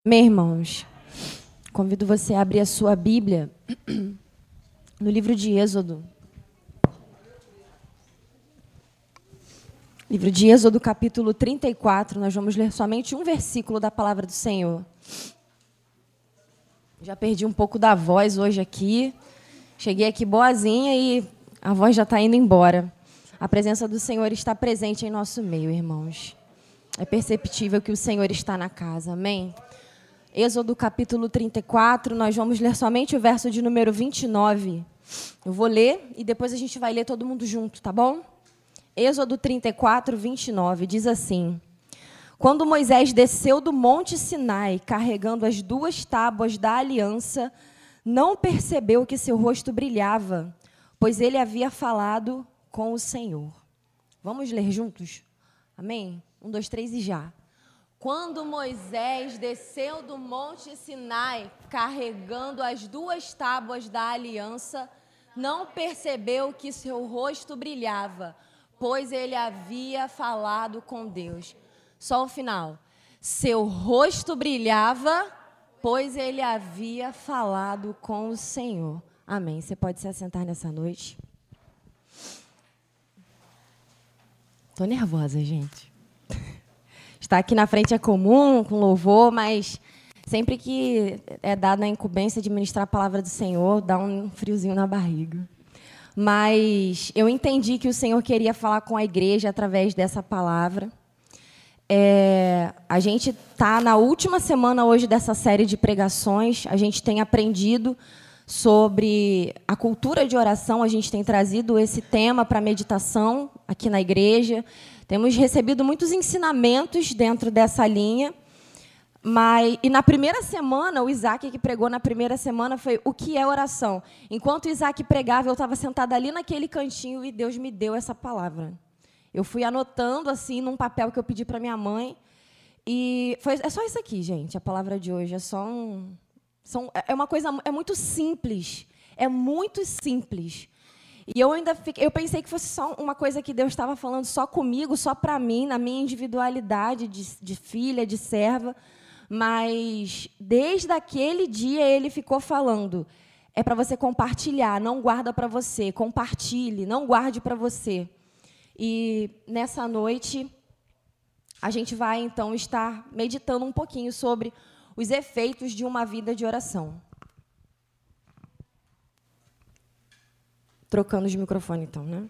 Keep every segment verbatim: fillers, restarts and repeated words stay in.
Meus irmãos, convido você a abrir a sua Bíblia no livro de Êxodo. Livro de Êxodo, capítulo trinta e quatro, nós vamos ler somente um versículo da palavra do Senhor. Já perdi um pouco da voz hoje aqui. Cheguei aqui boazinha e a voz já está indo embora. A presença do Senhor está presente em nosso meio, irmãos. É perceptível que o Senhor está na casa, amém? Êxodo capítulo trinta e quatro, nós vamos ler somente o verso de número vinte e nove. Eu vou ler e depois a gente vai ler todo mundo junto, tá bom? Êxodo trinta e quatro, vinte e nove, diz assim: Quando Moisés desceu do monte Sinai, carregando as duas tábuas da aliança, não percebeu que seu rosto brilhava, pois ele havia falado com o Senhor. Vamos ler juntos? Amém? Um, dois, três e já. Quando Moisés desceu do monte Sinai, carregando as duas tábuas da aliança, não percebeu que seu rosto brilhava, pois ele havia falado com Deus. Só o final. Seu rosto brilhava, pois ele havia falado com o Senhor. Amém. Você pode se assentar nessa noite. Tô nervosa, gente. Estar aqui na frente é comum, com louvor, mas sempre que é dado a incumbência de ministrar a palavra do Senhor, dá um friozinho na barriga. Mas eu entendi que o Senhor queria falar com a igreja através dessa palavra. É, a gente está na última semana hoje dessa série de pregações. A gente tem aprendido sobre a cultura de oração. A gente tem trazido esse tema para meditação aqui na igreja. Temos recebido muitos ensinamentos dentro dessa linha. Mas, e na primeira semana, o Isaac que pregou na primeira semana foi o que é oração. Enquanto o Isaac pregava, eu estava sentada ali naquele cantinho e Deus me deu essa palavra. Eu fui anotando assim num papel que eu pedi para minha mãe. E foi, é só isso aqui, gente, a palavra de hoje. É só um, são, é uma coisa, é muito simples. É muito simples. E eu ainda fiquei, eu pensei que fosse só uma coisa que Deus estava falando só comigo, só para mim, na minha individualidade de, de filha, de serva. Mas desde aquele dia ele ficou falando, é para você compartilhar, não guarda para você, compartilhe, não guarde para você. E nessa noite a gente vai então estar meditando um pouquinho sobre os efeitos de uma vida de oração. Trocando os microfones, então, né?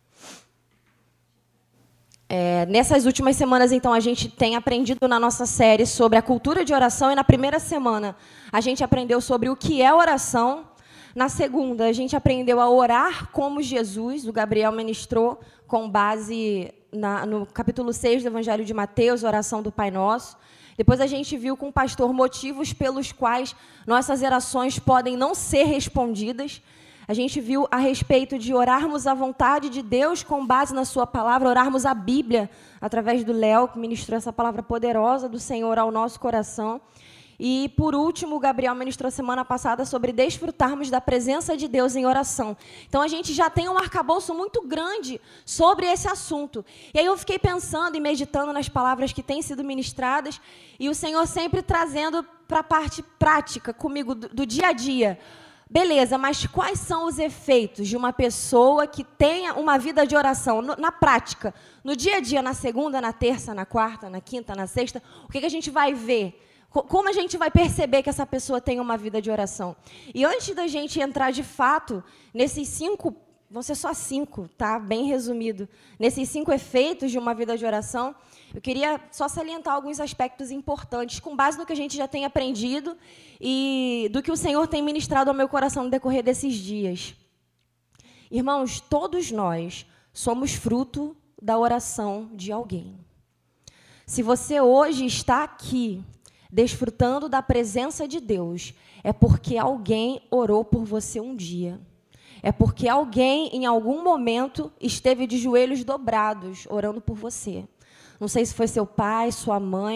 É, nessas últimas semanas, então, a gente tem aprendido na nossa série sobre a cultura de oração. E na primeira semana, a gente aprendeu sobre o que é oração. Na segunda, a gente aprendeu a orar como Jesus. O Gabriel ministrou com base na, no capítulo seis do Evangelho de Mateus, oração do Pai Nosso. Depois a gente viu com o pastor motivos pelos quais nossas orações podem não ser respondidas. A gente viu a respeito de orarmos à vontade de Deus com base na sua palavra, orarmos a Bíblia através do Léo, que ministrou essa palavra poderosa do Senhor ao nosso coração. E, por último, o Gabriel ministrou semana passada sobre desfrutarmos da presença de Deus em oração. Então, a gente já tem um arcabouço muito grande sobre esse assunto. E aí eu fiquei pensando e meditando nas palavras que têm sido ministradas, e o Senhor sempre trazendo para a parte prática comigo, do, do dia a dia. Beleza, mas quais são os efeitos de uma pessoa que tenha uma vida de oração no, na prática, no dia a dia, na segunda, na terça, na quarta, na quinta, na sexta? O que, que a gente vai ver? Como a gente vai perceber que essa pessoa tem uma vida de oração? E antes da gente entrar de fato nesses cinco, vão ser só cinco, tá? Bem resumido, nesses cinco efeitos de uma vida de oração, eu queria só salientar alguns aspectos importantes, com base no que a gente já tem aprendido e do que o Senhor tem ministrado ao meu coração no decorrer desses dias. Irmãos, todos nós somos fruto da oração de alguém. Se você hoje está aqui desfrutando da presença de Deus, é porque alguém orou por você um dia. É porque alguém, em algum momento, esteve de joelhos dobrados, orando por você. Não sei se foi seu pai, sua mãe.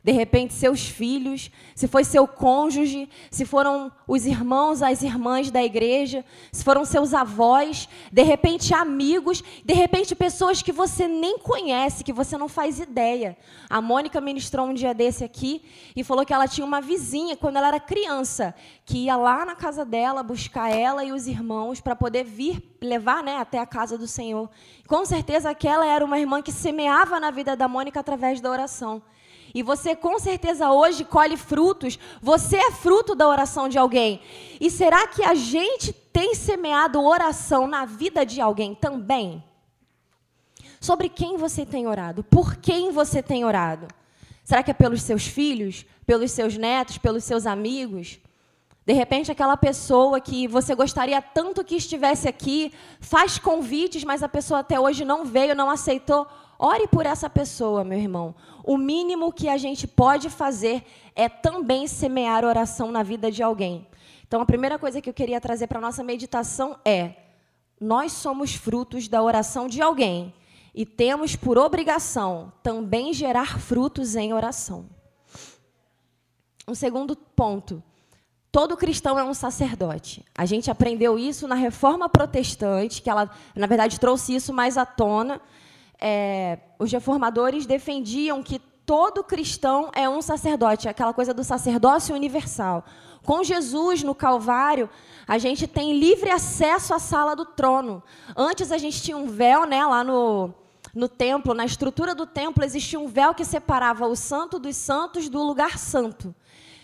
de repente seus filhos, se foi seu cônjuge, se foram os irmãos, as irmãs da igreja, se foram seus avós, de repente amigos, de repente pessoas que você nem conhece, que você não faz ideia. A Mônica ministrou um dia desse aqui e falou que ela tinha uma vizinha, quando ela era criança, que ia lá na casa dela buscar ela e os irmãos para poder vir, levar, né, até a casa do Senhor. Com certeza aquela era uma irmã que semeava na vida da Mônica através da oração. E você, com certeza, hoje colhe frutos. Você é fruto da oração de alguém. E será que a gente tem semeado oração na vida de alguém também? Sobre quem você tem orado? Por quem você tem orado? Será que é pelos seus filhos? Pelos seus netos? Pelos seus amigos? De repente, aquela pessoa que você gostaria tanto que estivesse aqui, faz convites, mas a pessoa até hoje não veio, não aceitou. Ore por essa pessoa, meu irmão. O mínimo que a gente pode fazer é também semear oração na vida de alguém. Então, a primeira coisa que eu queria trazer para a nossa meditação é: nós somos frutos da oração de alguém e temos por obrigação também gerar frutos em oração. Um segundo ponto: todo cristão é um sacerdote. A gente aprendeu isso na Reforma Protestante, que ela, na verdade, trouxe isso mais à tona. É, os reformadores defendiam que todo cristão é um sacerdote, aquela coisa do sacerdócio universal. Com Jesus, no Calvário, a gente tem livre acesso à sala do trono. Antes a gente tinha um véu, né, lá no, no templo, na estrutura do templo, existia um véu que separava o santo dos santos do lugar santo.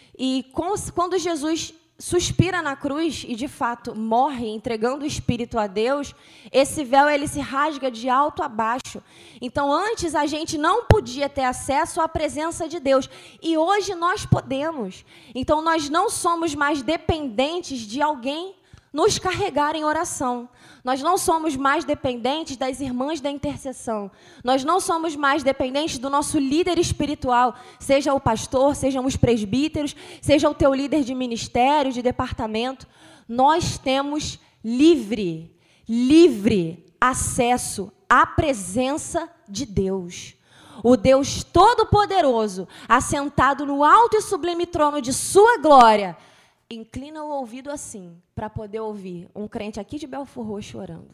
E com, quando Jesus suspira na cruz e, de fato, morre entregando o Espírito a Deus, esse véu ele se rasga de alto a baixo. Então, antes a gente não podia ter acesso à presença de Deus. E hoje nós podemos. Então, nós não somos mais dependentes de alguém nos carregar em oração. Nós não somos mais dependentes das irmãs da intercessão. Nós não somos mais dependentes do nosso líder espiritual, seja o pastor, sejam os presbíteros, seja o teu líder de ministério, de departamento. Nós temos livre, livre acesso à presença de Deus. O Deus Todo-Poderoso, assentado no alto e sublime trono de sua glória, inclina o ouvido assim, para poder ouvir um crente aqui de Belfor Roxo orando.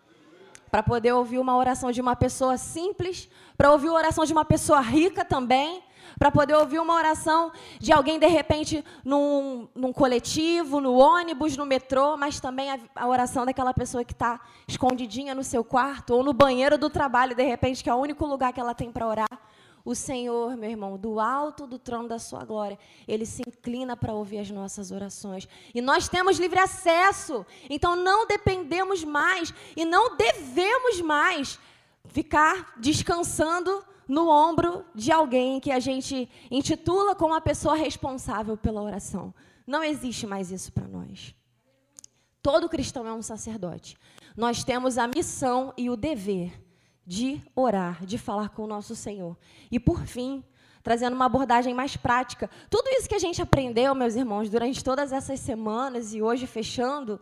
Para poder ouvir uma oração de uma pessoa simples, para ouvir a oração de uma pessoa rica também, para poder ouvir uma oração de alguém, de repente, num, num coletivo, no ônibus, no metrô, mas também a, a oração daquela pessoa que está escondidinha no seu quarto, ou no banheiro do trabalho, de repente, que é o único lugar que ela tem para orar. O Senhor, meu irmão, do alto do trono da sua glória, Ele se inclina para ouvir as nossas orações. E nós temos livre acesso. Então, não dependemos mais e não devemos mais ficar descansando no ombro de alguém que a gente intitula como a pessoa responsável pela oração. Não existe mais isso para nós. Todo cristão é um sacerdote. Nós temos a missão e o dever de orar, de falar com o nosso Senhor. E, por fim, trazendo uma abordagem mais prática, tudo isso que a gente aprendeu, meus irmãos, durante todas essas semanas e hoje fechando,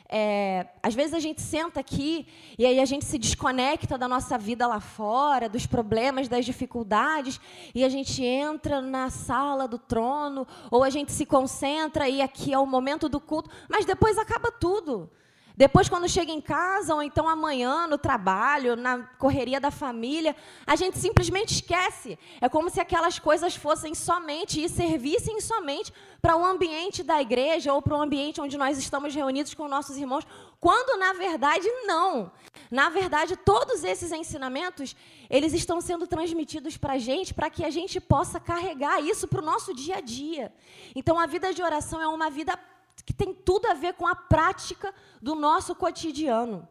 é, às vezes a gente senta aqui e aí a gente se desconecta da nossa vida lá fora, dos problemas, das dificuldades, e a gente entra na sala do trono, ou a gente se concentra e aqui é o momento do culto, mas depois acaba tudo. Depois, quando chega em casa, ou então amanhã, no trabalho, na correria da família, a gente simplesmente esquece. É como se aquelas coisas fossem somente e servissem somente para o ambiente da igreja ou para o ambiente onde nós estamos reunidos com nossos irmãos, quando, na verdade, não. Na verdade, todos esses ensinamentos, eles estão sendo transmitidos para a gente, para que a gente possa carregar isso para o nosso dia a dia. Então, a vida de oração é uma vida que tem tudo a ver com a prática do nosso cotidiano.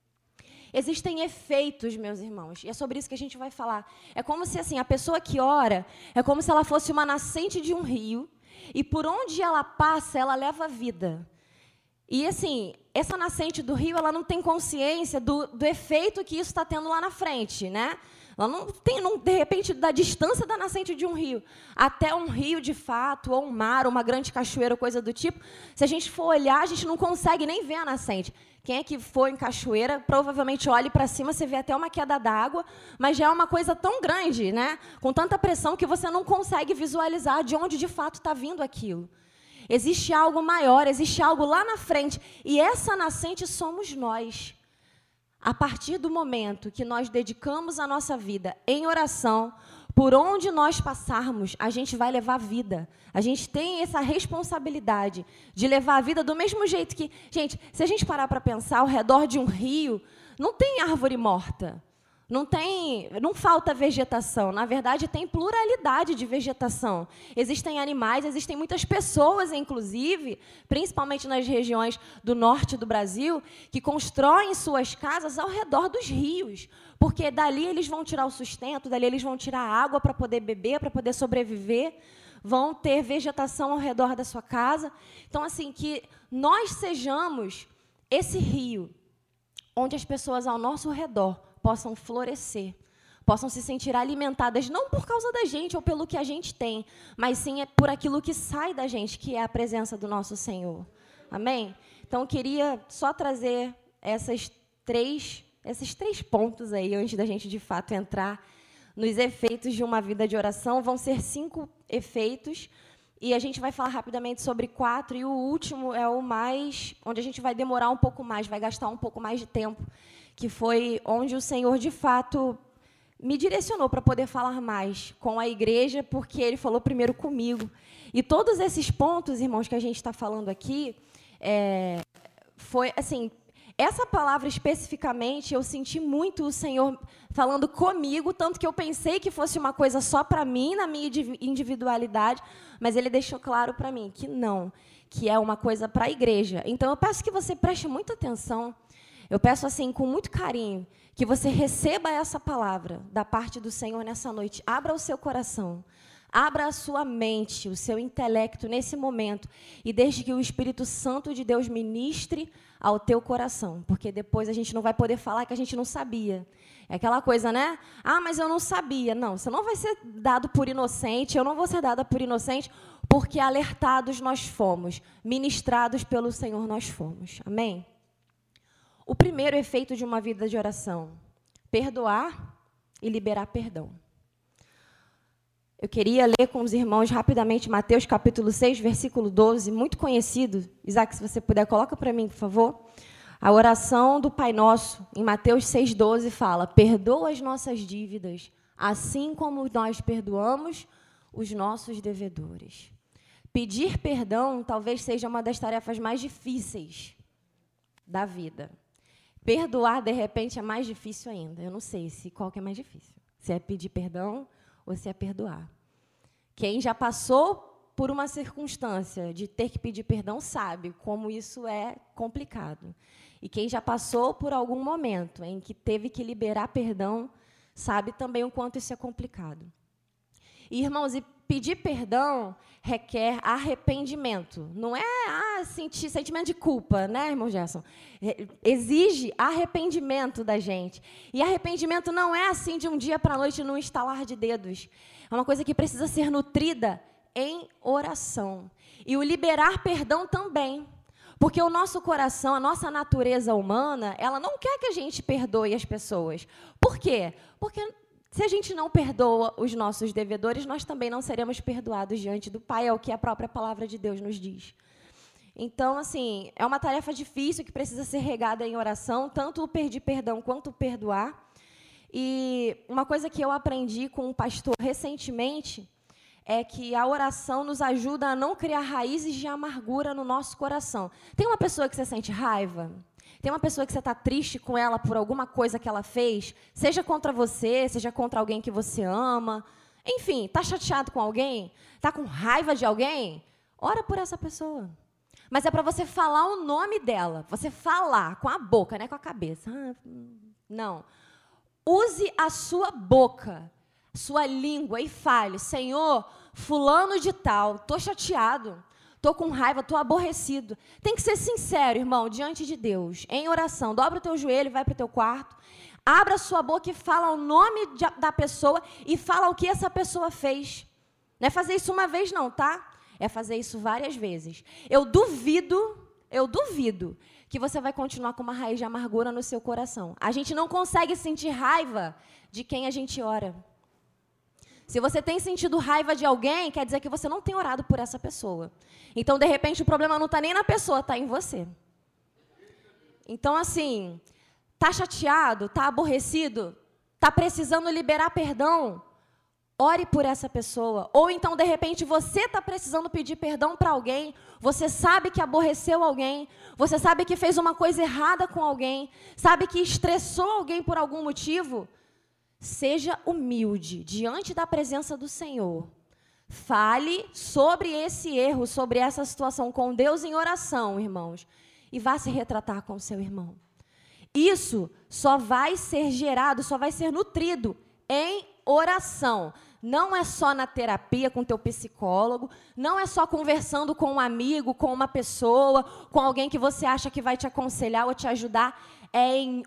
Existem efeitos, meus irmãos, e é sobre isso que a gente vai falar. É como se assim, a pessoa que ora, é como se ela fosse uma nascente de um rio, e por onde ela passa, ela leva vida. E assim, essa nascente do rio, ela não tem consciência do, do efeito que isso está tendo lá na frente, né? Ela não tem, não, de repente, da distância da nascente de um rio até um rio de fato, ou um mar, ou uma grande cachoeira, ou coisa do tipo, se a gente for olhar, a gente não consegue nem ver a nascente. Quem é que for em cachoeira, provavelmente olhe para cima, você vê até uma queda d'água, mas já é uma coisa tão grande, né? Com tanta pressão, que você não consegue visualizar de onde de fato está vindo aquilo. Existe algo maior, existe algo lá na frente, e essa nascente somos nós. A partir do momento que nós dedicamos a nossa vida em oração, por onde nós passarmos, a gente vai levar vida. A gente tem essa responsabilidade de levar a vida do mesmo jeito que... Gente, se a gente parar para pensar, ao redor de um rio, não tem árvore morta. Não tem, não falta vegetação. Na verdade, tem pluralidade de vegetação. Existem animais, existem muitas pessoas, inclusive, principalmente nas regiões do norte do Brasil, que constroem suas casas ao redor dos rios, porque dali eles vão tirar o sustento, dali eles vão tirar a água para poder beber, para poder sobreviver, vão ter vegetação ao redor da sua casa. Então, assim, que nós sejamos esse rio, onde as pessoas ao nosso redor possam florescer, possam se sentir alimentadas, não por causa da gente ou pelo que a gente tem, mas sim é por aquilo que sai da gente, que é a presença do nosso Senhor. Amém? Então, eu queria só trazer essas três, esses três pontos aí, antes da gente, de fato, entrar nos efeitos de uma vida de oração. Vão ser cinco efeitos, e a gente vai falar rapidamente sobre quatro, e o último é o mais, onde a gente vai demorar um pouco mais, vai gastar um pouco mais de tempo, que foi onde o Senhor, de fato, me direcionou para poder falar mais com a igreja, porque Ele falou primeiro comigo. E todos esses pontos, irmãos, que a gente está falando aqui, é, foi, assim, essa palavra especificamente, eu senti muito o Senhor falando comigo, tanto que eu pensei que fosse uma coisa só para mim, na minha individualidade, mas Ele deixou claro para mim que não, que é uma coisa para a igreja. Então, eu peço que você preste muita atenção. Eu peço, assim, com muito carinho, que você receba essa palavra da parte do Senhor nessa noite. Abra o seu coração, abra a sua mente, o seu intelecto nesse momento, e deixe que o Espírito Santo de Deus ministre ao teu coração, porque depois a gente não vai poder falar que a gente não sabia. É aquela coisa, né? Ah, mas eu não sabia. Não, você não vai ser dado por inocente, eu não vou ser dada por inocente, porque alertados nós fomos, ministrados pelo Senhor nós fomos. Amém? O primeiro efeito de uma vida de oração: perdoar e liberar perdão. Eu queria ler com os irmãos rapidamente Mateus capítulo seis, versículo doze, muito conhecido. Isaac, se você puder, coloca para mim, por favor. A oração do Pai Nosso, em Mateus seis, doze, fala: perdoa as nossas dívidas, assim como nós perdoamos os nossos devedores. Pedir perdão talvez seja uma das tarefas mais difíceis da vida. Perdoar, de repente, é mais difícil ainda. Eu não sei se qual que é mais difícil. Se é pedir perdão ou se é perdoar. Quem já passou por uma circunstância de ter que pedir perdão sabe como isso é complicado. E quem já passou por algum momento em que teve que liberar perdão sabe também o quanto isso é complicado. E, irmãos, e pedir perdão requer arrependimento. Não é ah, sentir sentimento de culpa, né, irmão Gerson? Exige arrependimento da gente. E arrependimento não é assim de um dia para a noite, num estalar de dedos. É uma coisa que precisa ser nutrida em oração. E o liberar perdão também. Porque o nosso coração, a nossa natureza humana, ela não quer que a gente perdoe as pessoas. Por quê? Porque se a gente não perdoa os nossos devedores, nós também não seremos perdoados diante do Pai, é o que a própria palavra de Deus nos diz. Então, assim, é uma tarefa difícil que precisa ser regada em oração, tanto o pedir perdão quanto o perdoar. E uma coisa que eu aprendi com um pastor recentemente é que a oração nos ajuda a não criar raízes de amargura no nosso coração. Tem uma pessoa que você sente raiva? Tem uma pessoa que você está triste com ela por alguma coisa que ela fez, seja contra você, seja contra alguém que você ama. Enfim, está chateado com alguém? Está com raiva de alguém? Ora por essa pessoa. Mas é para você falar o nome dela. Você falar com a boca, não é com a cabeça. Ah, não. Use a sua boca, sua língua e fale: Senhor, fulano de tal, estou chateado. Estou com raiva, estou aborrecido. Tem que ser sincero, irmão, diante de Deus, em oração. Dobra o teu joelho, vai para o teu quarto. Abra sua boca e fala o nome de, da pessoa e fala o que essa pessoa fez. Não é fazer isso uma vez não, tá? É fazer isso várias vezes. Eu duvido, eu duvido que você vai continuar com uma raiz de amargura no seu coração. A gente não consegue sentir raiva de quem a gente ora. Se você tem sentido raiva de alguém, quer dizer que você não tem orado por essa pessoa. Então, de repente, o problema não está nem na pessoa, está em você. Então, assim, está chateado, está aborrecido, está precisando liberar perdão, ore por essa pessoa. Ou então, de repente, você está precisando pedir perdão para alguém, você sabe que aborreceu alguém, você sabe que fez uma coisa errada com alguém, sabe que estressou alguém por algum motivo. Seja humilde diante da presença do Senhor. Fale sobre esse erro, sobre essa situação com Deus em oração, irmãos. E vá se retratar com o seu irmão. Isso só vai ser gerado, só vai ser nutrido em oração. Não é só na terapia com o teu psicólogo, não é só conversando com um amigo, com uma pessoa, com alguém que você acha que vai te aconselhar ou te ajudar. É em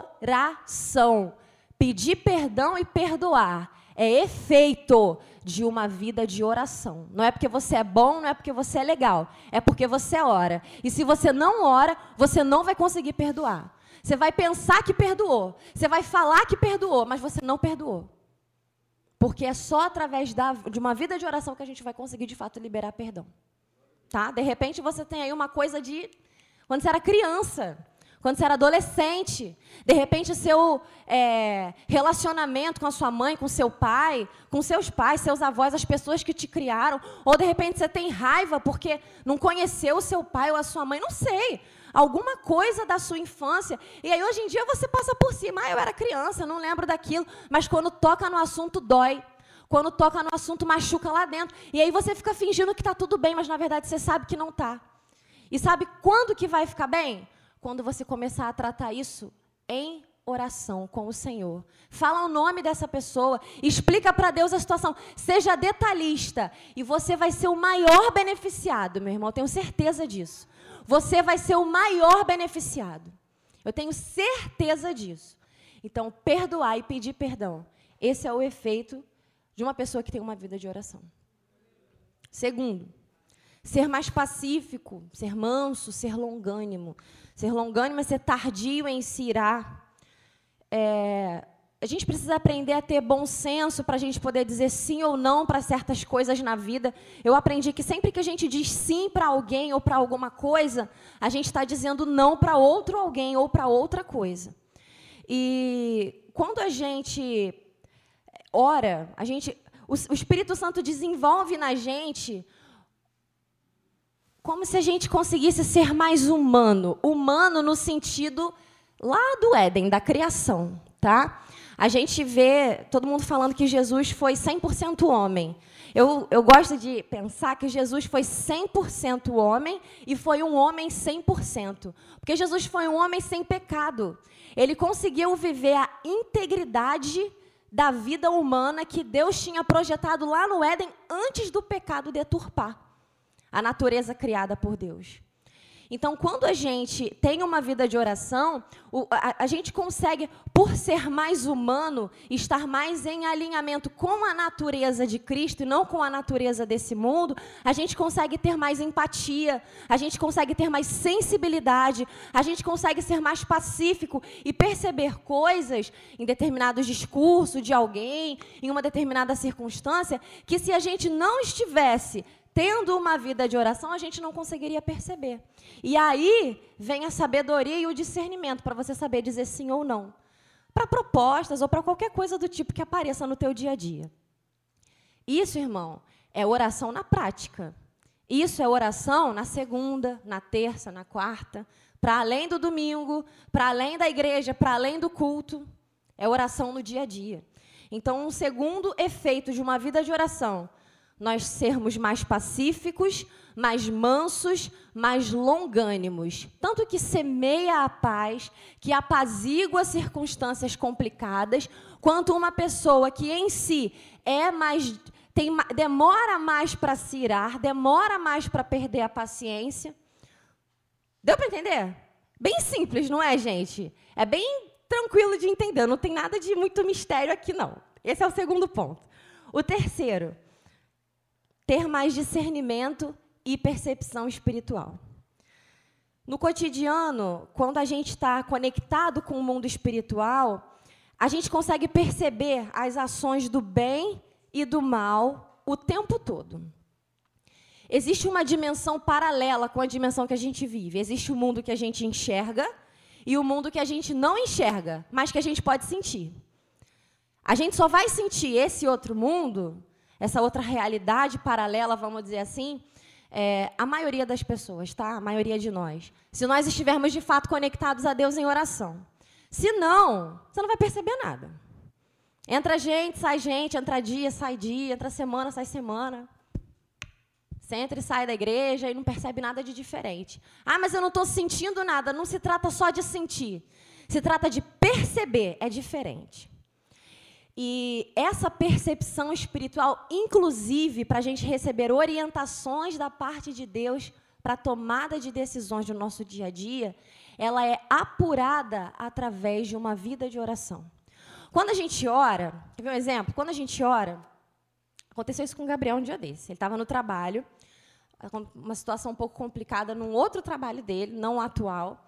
oração. Pedir perdão e perdoar é efeito de uma vida de oração. Não é porque você é bom, não é porque você é legal. É porque você ora. E se você não ora, você não vai conseguir perdoar. Você vai pensar que perdoou. Você vai falar que perdoou, mas você não perdoou. Porque é só através da, de uma vida de oração que a gente vai conseguir, de fato, liberar perdão. Tá? De repente, você tem aí uma coisa de... Quando você era criança... Quando você era adolescente, de repente, seu é, relacionamento com a sua mãe, com seu pai, com seus pais, seus avós, as pessoas que te criaram, ou de repente você tem raiva porque não conheceu o seu pai ou a sua mãe, não sei, alguma coisa da sua infância, e aí hoje em dia você passa por cima, ah, eu era criança, não lembro daquilo, mas quando toca no assunto dói, quando toca no assunto machuca lá dentro, e aí você fica fingindo que está tudo bem, mas na verdade você sabe que não está. E sabe quando que vai ficar bem? Quando você começar a tratar isso em oração com o Senhor. Fala o nome dessa pessoa, explica para Deus a situação, seja detalhista, e você vai ser o maior beneficiado, meu irmão, eu tenho certeza disso. Você vai ser o maior beneficiado. Eu tenho certeza disso. Então, perdoar e pedir perdão, esse é o efeito de uma pessoa que tem uma vida de oração. Segundo, ser mais pacífico, ser manso, ser longânimo. Ser longânimo é ser tardio em se irar. É, a gente precisa aprender a ter bom senso para a gente poder dizer sim ou não para certas coisas na vida. Eu aprendi que sempre que a gente diz sim para alguém ou para alguma coisa, a gente está dizendo não para outro alguém ou para outra coisa. E quando a gente ora, a gente, o, o Espírito Santo desenvolve na gente como se a gente conseguisse ser mais humano. Humano no sentido lá do Éden, da criação, tá? A gente vê todo mundo falando que Jesus foi cem por cento homem. Eu, eu gosto de pensar que Jesus foi cem por cento homem e foi um homem cem por cento. Porque Jesus foi um homem sem pecado. Ele conseguiu viver a integridade da vida humana que Deus tinha projetado lá no Éden antes do pecado deturpar a natureza criada por Deus. Então, quando a gente tem uma vida de oração, o, a, a gente consegue, por ser mais humano, estar mais em alinhamento com a natureza de Cristo e não com a natureza desse mundo, a gente consegue ter mais empatia, a gente consegue ter mais sensibilidade, a gente consegue ser mais pacífico e perceber coisas em determinados discursos de alguém, em uma determinada circunstância, que se a gente não estivesse tendo uma vida de oração, a gente não conseguiria perceber. E aí vem a sabedoria e o discernimento para você saber dizer sim ou não. Para propostas ou para qualquer coisa do tipo que apareça no teu dia a dia. Isso, irmão, é oração na prática. Isso é oração na segunda, na terça, na quarta, para além do domingo, para além da igreja, para além do culto. É oração no dia a dia. Então, um segundo efeito de uma vida de oração, nós sermos mais pacíficos, mais mansos, mais longânimos. Tanto que semeia a paz, que apazigua circunstâncias complicadas, quanto uma pessoa que em si é mais, tem, demora mais para se irar, demora mais para perder a paciência. Deu para entender? Bem simples, não é, gente? É bem tranquilo de entender, não tem nada de muito mistério aqui, não. Esse é o segundo ponto. O terceiro, ter mais discernimento e percepção espiritual. No cotidiano, quando a gente está conectado com o mundo espiritual, a gente consegue perceber as ações do bem e do mal o tempo todo. Existe uma dimensão paralela com a dimensão que a gente vive. Existe o mundo que a gente enxerga e o mundo que a gente não enxerga, mas que a gente pode sentir. A gente só vai sentir esse outro mundo, essa outra realidade paralela, vamos dizer assim, é, a maioria das pessoas, tá? A maioria de nós. Se nós estivermos, de fato, conectados a Deus em oração. Se não, você não vai perceber nada. Entra gente, sai gente, entra dia, sai dia, entra semana, sai semana. Você entra e sai da igreja e não percebe nada de diferente. Ah, mas eu não estou sentindo nada. Não se trata só de sentir. Se trata de perceber. É diferente. E essa percepção espiritual, inclusive, para a gente receber orientações da parte de Deus para a tomada de decisões do nosso dia a dia, ela é apurada através de uma vida de oração. Quando a gente ora, quer ver um exemplo? Quando a gente ora, aconteceu isso com o Gabriel um dia desse. Ele estava no trabalho, uma situação um pouco complicada num outro trabalho dele, não o atual.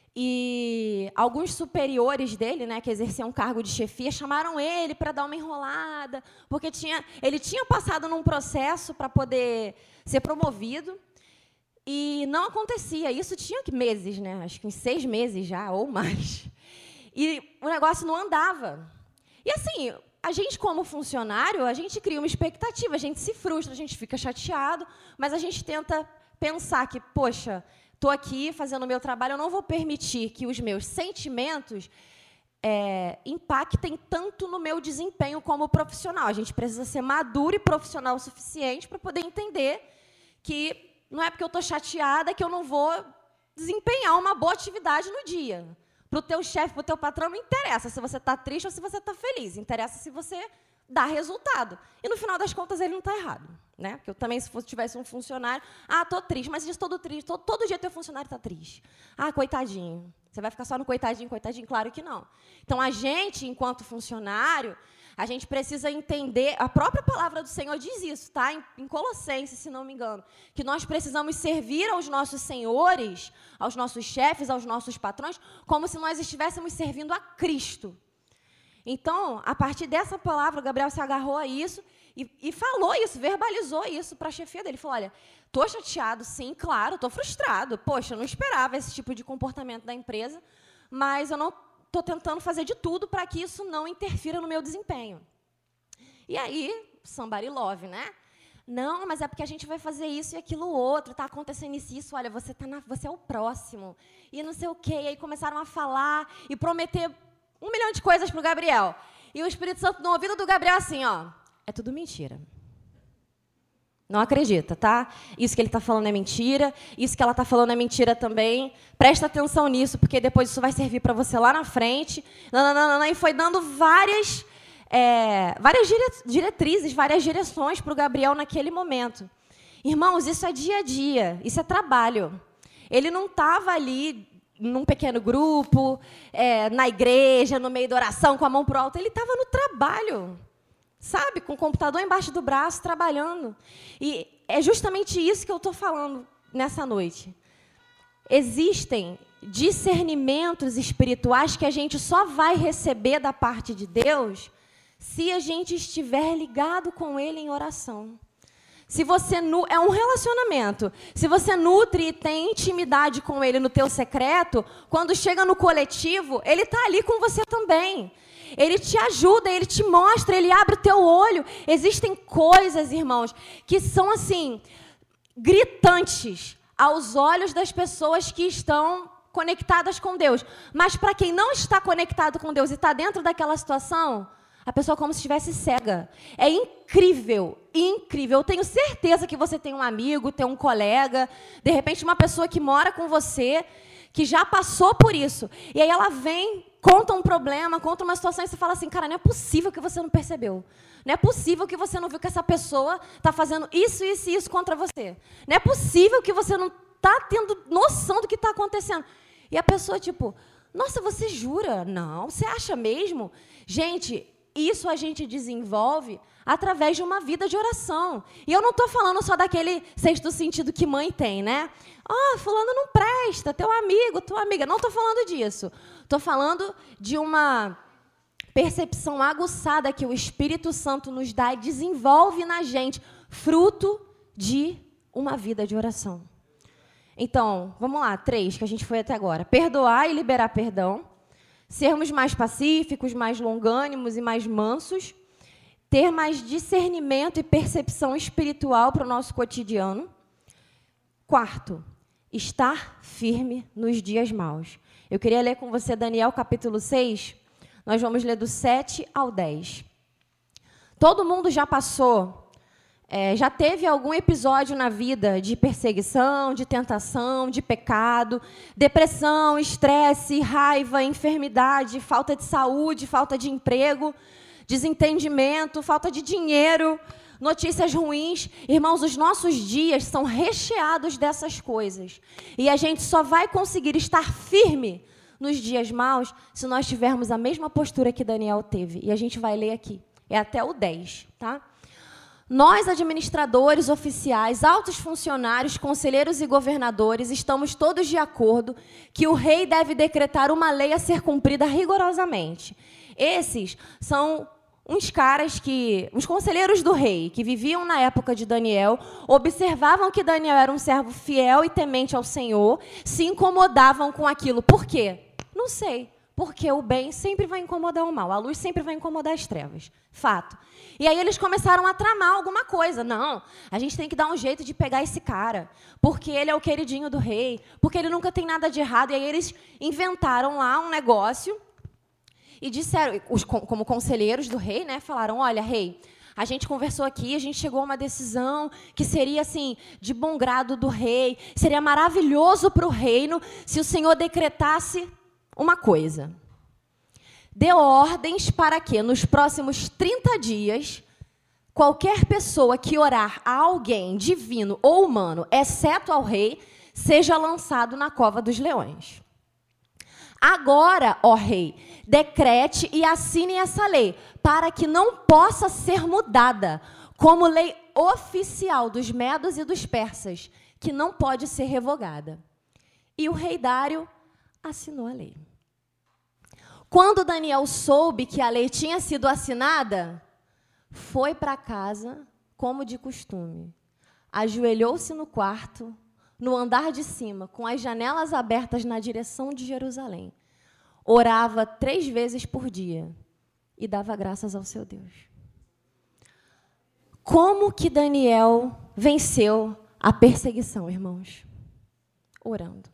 E alguns superiores dele, né, que exerciam um cargo de chefia, chamaram ele para dar uma enrolada, porque tinha, ele tinha passado num processo para poder ser promovido, e não acontecia. Isso tinha que meses, né, acho que uns seis meses já, ou mais. E o negócio não andava. E assim, a gente, como funcionário, a gente cria uma expectativa, a gente se frustra, a gente fica chateado, mas a gente tenta pensar que, poxa, estou aqui fazendo o meu trabalho, eu não vou permitir que os meus sentimentos é, impactem tanto no meu desempenho como profissional. A gente precisa ser maduro e profissional o suficiente para poder entender que não é porque eu estou chateada que eu não vou desempenhar uma boa atividade no dia. Para o teu chefe, para o teu patrão, não interessa se você está triste ou se você está feliz. Interessa se você dá resultado. E, no final das contas, ele não está errado. Né? Porque eu também, se fosse, tivesse um funcionário, ah, estou triste, mas diz todo triste, todo, todo dia teu funcionário está triste. Ah, coitadinho. Você vai ficar só no coitadinho, coitadinho? Claro que não. Então, a gente, enquanto funcionário, a gente precisa entender, a própria palavra do Senhor diz isso, tá? Em, em Colossenses, se não me engano, que nós precisamos servir aos nossos senhores, aos nossos chefes, aos nossos patrões, como se nós estivéssemos servindo a Cristo. Então, a partir dessa palavra, o Gabriel se agarrou a isso e, e falou isso, verbalizou isso para a chefia dele. Ele falou, olha, estou chateado, sim, claro, estou frustrado. Poxa, eu não esperava esse tipo de comportamento da empresa, mas eu não estou tentando fazer de tudo para que isso não interfira no meu desempenho. E aí, somebody love, né? Não, mas é porque a gente vai fazer isso e aquilo outro, está acontecendo isso, isso, olha, você, tá na, você é o próximo, e não sei o quê. E aí começaram a falar e prometer um milhão de coisas para o Gabriel. E o Espírito Santo, no ouvido do Gabriel, assim, ó, é tudo mentira. Não acredita, tá? Isso que ele está falando é mentira, isso que ela está falando é mentira também. Presta atenção nisso, porque depois isso vai servir para você lá na frente. Não, não, não, não, e foi dando várias, é, várias diretrizes, várias direções para o Gabriel naquele momento. Irmãos, isso é dia a dia, isso é trabalho. Ele não estava ali num pequeno grupo, é, na igreja, no meio da oração, com a mão para o alto. Ele estava no trabalho. Sabe, com o computador embaixo do braço, trabalhando. E é justamente isso que eu estou falando nessa noite. Existem discernimentos espirituais que a gente só vai receber da parte de Deus se a gente estiver ligado com Ele em oração. Se você nu- é um relacionamento. Se você nutre e tem intimidade com Ele no teu secreto, quando chega no coletivo, Ele está ali com você também. Ele te ajuda, Ele te mostra, Ele abre o teu olho. Existem coisas, irmãos, que são assim, gritantes aos olhos das pessoas que estão conectadas com Deus. Mas para quem não está conectado com Deus e está dentro daquela situação, a pessoa é como se estivesse cega. É incrível, incrível. Eu tenho certeza que você tem um amigo, tem um colega, de repente uma pessoa que mora com você, que já passou por isso. E aí ela vem, conta um problema, conta uma situação e você fala assim, cara, não é possível que você não percebeu. Não é possível que você não viu que essa pessoa está fazendo isso, isso e isso contra você. Não é possível que você não está tendo noção do que está acontecendo. E a pessoa, tipo, Nossa, você jura? Não, você acha mesmo? Gente, isso a gente desenvolve através de uma vida de oração. E eu não estou falando só daquele sexto sentido que mãe tem, né? Ah, oh, fulano não presta, teu amigo, tua amiga. Não estou falando disso. Estou falando de uma percepção aguçada que o Espírito Santo nos dá e desenvolve na gente, fruto de uma vida de oração. Então, vamos lá, três, que a gente foi até agora. Perdoar e liberar perdão. Sermos mais pacíficos, mais longânimos e mais mansos. Ter mais discernimento e percepção espiritual para o nosso cotidiano. Quarto, estar firme nos dias maus. Eu queria ler com você Daniel capítulo seis. Nós vamos ler do sete ao dez. Todo mundo já passou, é, já teve algum episódio na vida de perseguição, de tentação, de pecado, depressão, estresse, raiva, enfermidade, falta de saúde, falta de emprego, desentendimento, falta de dinheiro, notícias ruins. Irmãos, os nossos dias são recheados dessas coisas. E a gente só vai conseguir estar firme nos dias maus se nós tivermos a mesma postura que Daniel teve. E a gente vai ler aqui. É até o dez, tá? Nós, administradores, oficiais, altos funcionários, conselheiros e governadores, estamos todos de acordo que o rei deve decretar uma lei a ser cumprida rigorosamente. Esses são uns caras que, os conselheiros do rei, que viviam na época de Daniel, observavam que Daniel era um servo fiel e temente ao Senhor, se incomodavam com aquilo. Por quê? Não sei. Porque o bem sempre vai incomodar o mal, a luz sempre vai incomodar as trevas. Fato. E aí eles começaram a tramar alguma coisa. Não, a gente tem que dar um jeito de pegar esse cara, porque ele é o queridinho do rei, porque ele nunca tem nada de errado. E aí eles inventaram lá um negócio e disseram, os, como conselheiros do rei, né, falaram, olha, rei, a gente conversou aqui, a gente chegou a uma decisão que seria, assim, de bom grado do rei, seria maravilhoso para o reino se o Senhor decretasse uma coisa. Dê ordens para que, nos próximos trinta dias, qualquer pessoa que orar a alguém, divino ou humano, exceto ao rei, seja lançado na cova dos leões. Agora, ó rei, decrete e assine essa lei, para que não possa ser mudada, como lei oficial dos medos e dos persas, que não pode ser revogada. E o rei Dário assinou a lei. Quando Daniel soube que a lei tinha sido assinada, foi para casa, como de costume. Ajoelhou-se no quarto, no andar de cima, com as janelas abertas na direção de Jerusalém. Orava três vezes por dia e dava graças ao seu Deus. Como que Daniel venceu a perseguição, irmãos? Orando.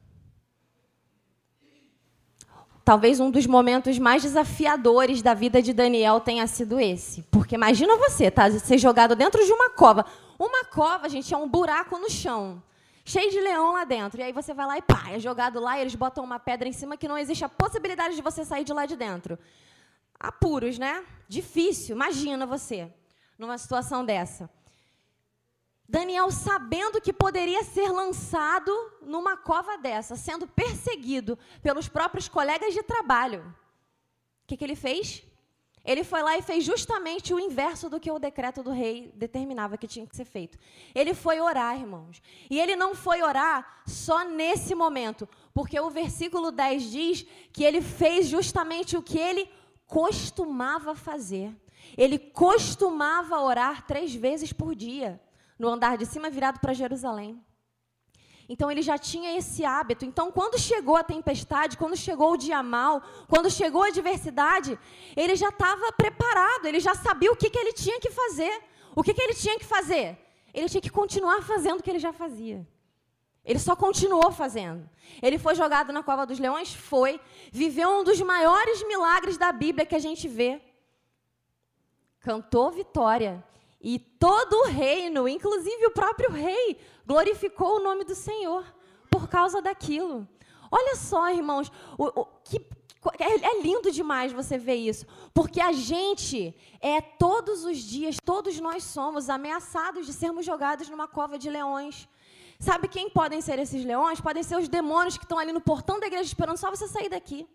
Talvez um dos momentos mais desafiadores da vida de Daniel tenha sido esse. Porque imagina você, tá, ser jogado dentro de uma cova. Uma cova, gente, é um buraco no chão, cheio de leão lá dentro. E aí você vai lá e pá, é jogado lá e eles botam uma pedra em cima que não existe a possibilidade de você sair de lá de dentro. Apuros, né? Difícil, imagina você, numa situação dessa. Daniel, sabendo que poderia ser lançado numa cova dessa, sendo perseguido pelos próprios colegas de trabalho, o que, que ele fez? Ele foi lá e fez justamente o inverso do que o decreto do rei determinava que tinha que ser feito. Ele foi orar, irmãos. E ele não foi orar só nesse momento, porque o versículo dez diz que ele fez justamente o que ele costumava fazer. Ele costumava orar três vezes por dia, no andar de cima virado para Jerusalém. Então, ele já tinha esse hábito. Então, quando chegou a tempestade, quando chegou o dia mau, quando chegou a adversidade, ele já estava preparado, ele já sabia o que, que ele tinha que fazer. O que, que ele tinha que fazer? Ele tinha que continuar fazendo o que ele já fazia. Ele só continuou fazendo. Ele foi jogado na cova dos leões? Foi. Viveu um dos maiores milagres da Bíblia que a gente vê. Cantou vitória. E todo o reino, inclusive o próprio rei, glorificou o nome do Senhor por causa daquilo. Olha só, irmãos, o, o, que, é, é lindo demais você ver isso, porque a gente é todos os dias, todos nós somos ameaçados de sermos jogados numa cova de leões. Sabe quem podem ser esses leões? Podem ser os demônios que estão ali no portão da igreja esperando só você sair daqui.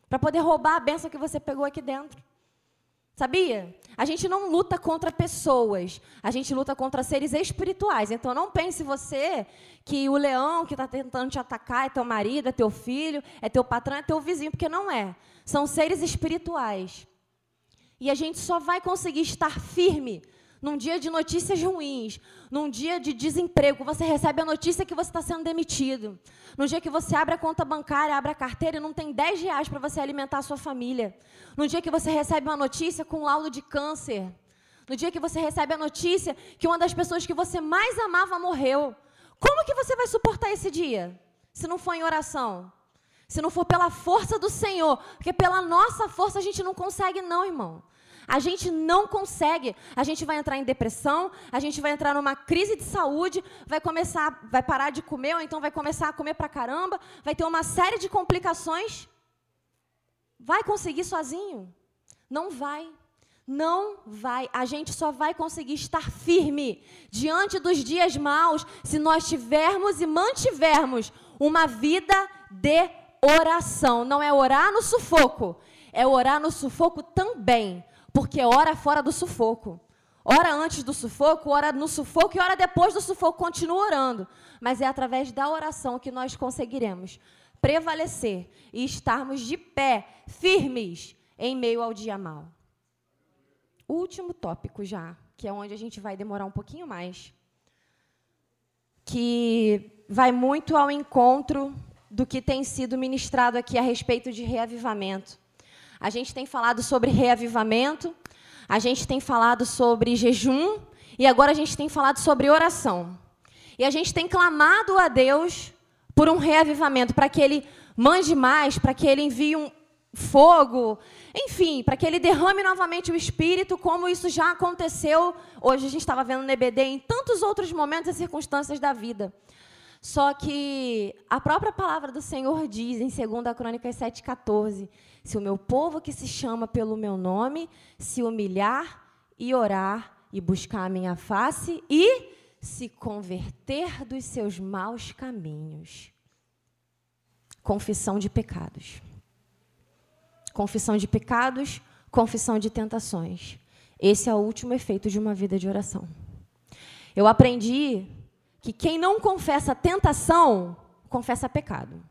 para poder roubar a bênção que você pegou aqui dentro. Sabia? A gente não luta contra pessoas, a gente luta contra seres espirituais. Então, não pense você que o leão que está tentando te atacar é teu marido, é teu filho, é teu patrão, é teu vizinho, porque não é. São seres espirituais. E a gente só vai conseguir estar firme num dia de notícias ruins, num dia de desemprego, você recebe a notícia que você está sendo demitido. No dia que você abre a conta bancária, abre a carteira e não tem dez reais para você alimentar a sua família. No dia que você recebe uma notícia com um laudo de câncer. No dia que você recebe a notícia que uma das pessoas que você mais amava morreu. Como que você vai suportar esse dia? Se não for em oração? Se não for pela força do Senhor? Porque pela nossa força a gente não consegue não, irmão. A gente não consegue, a gente vai entrar em depressão, a gente vai entrar numa crise de saúde, vai começar, vai parar de comer, ou então vai começar a comer pra caramba, vai ter uma série de complicações. Vai conseguir sozinho? Não vai, não vai. A gente só vai conseguir estar firme diante dos dias maus se nós tivermos e mantivermos uma vida de oração. Não é orar no sufoco, é orar no sufoco também. Porque ora fora do sufoco. Ora antes do sufoco, ora no sufoco e ora depois do sufoco, continua orando. Mas é através da oração que nós conseguiremos prevalecer e estarmos de pé, firmes, em meio ao dia mau. Último tópico já, que é onde a gente vai demorar um pouquinho mais, que vai muito ao encontro do que tem sido ministrado aqui a respeito de reavivamento. A gente tem falado sobre reavivamento, a gente tem falado sobre jejum, e agora a gente tem falado sobre oração. E a gente tem clamado a Deus por um reavivamento, para que Ele mande mais, para que Ele envie um fogo, enfim, para que Ele derrame novamente o Espírito, como isso já aconteceu, hoje a gente estava vendo no E B D, em tantos outros momentos e circunstâncias da vida. Só que a própria palavra do Senhor diz, em segunda Crônicas sete, quatorze, se o meu povo que se chama pelo meu nome se humilhar e orar e buscar a minha face e se converter dos seus maus caminhos. Confissão de pecados. Confissão de pecados, confissão de tentações. Esse é o último efeito de uma vida de oração. Eu aprendi que quem não confessa tentação, confessa pecado.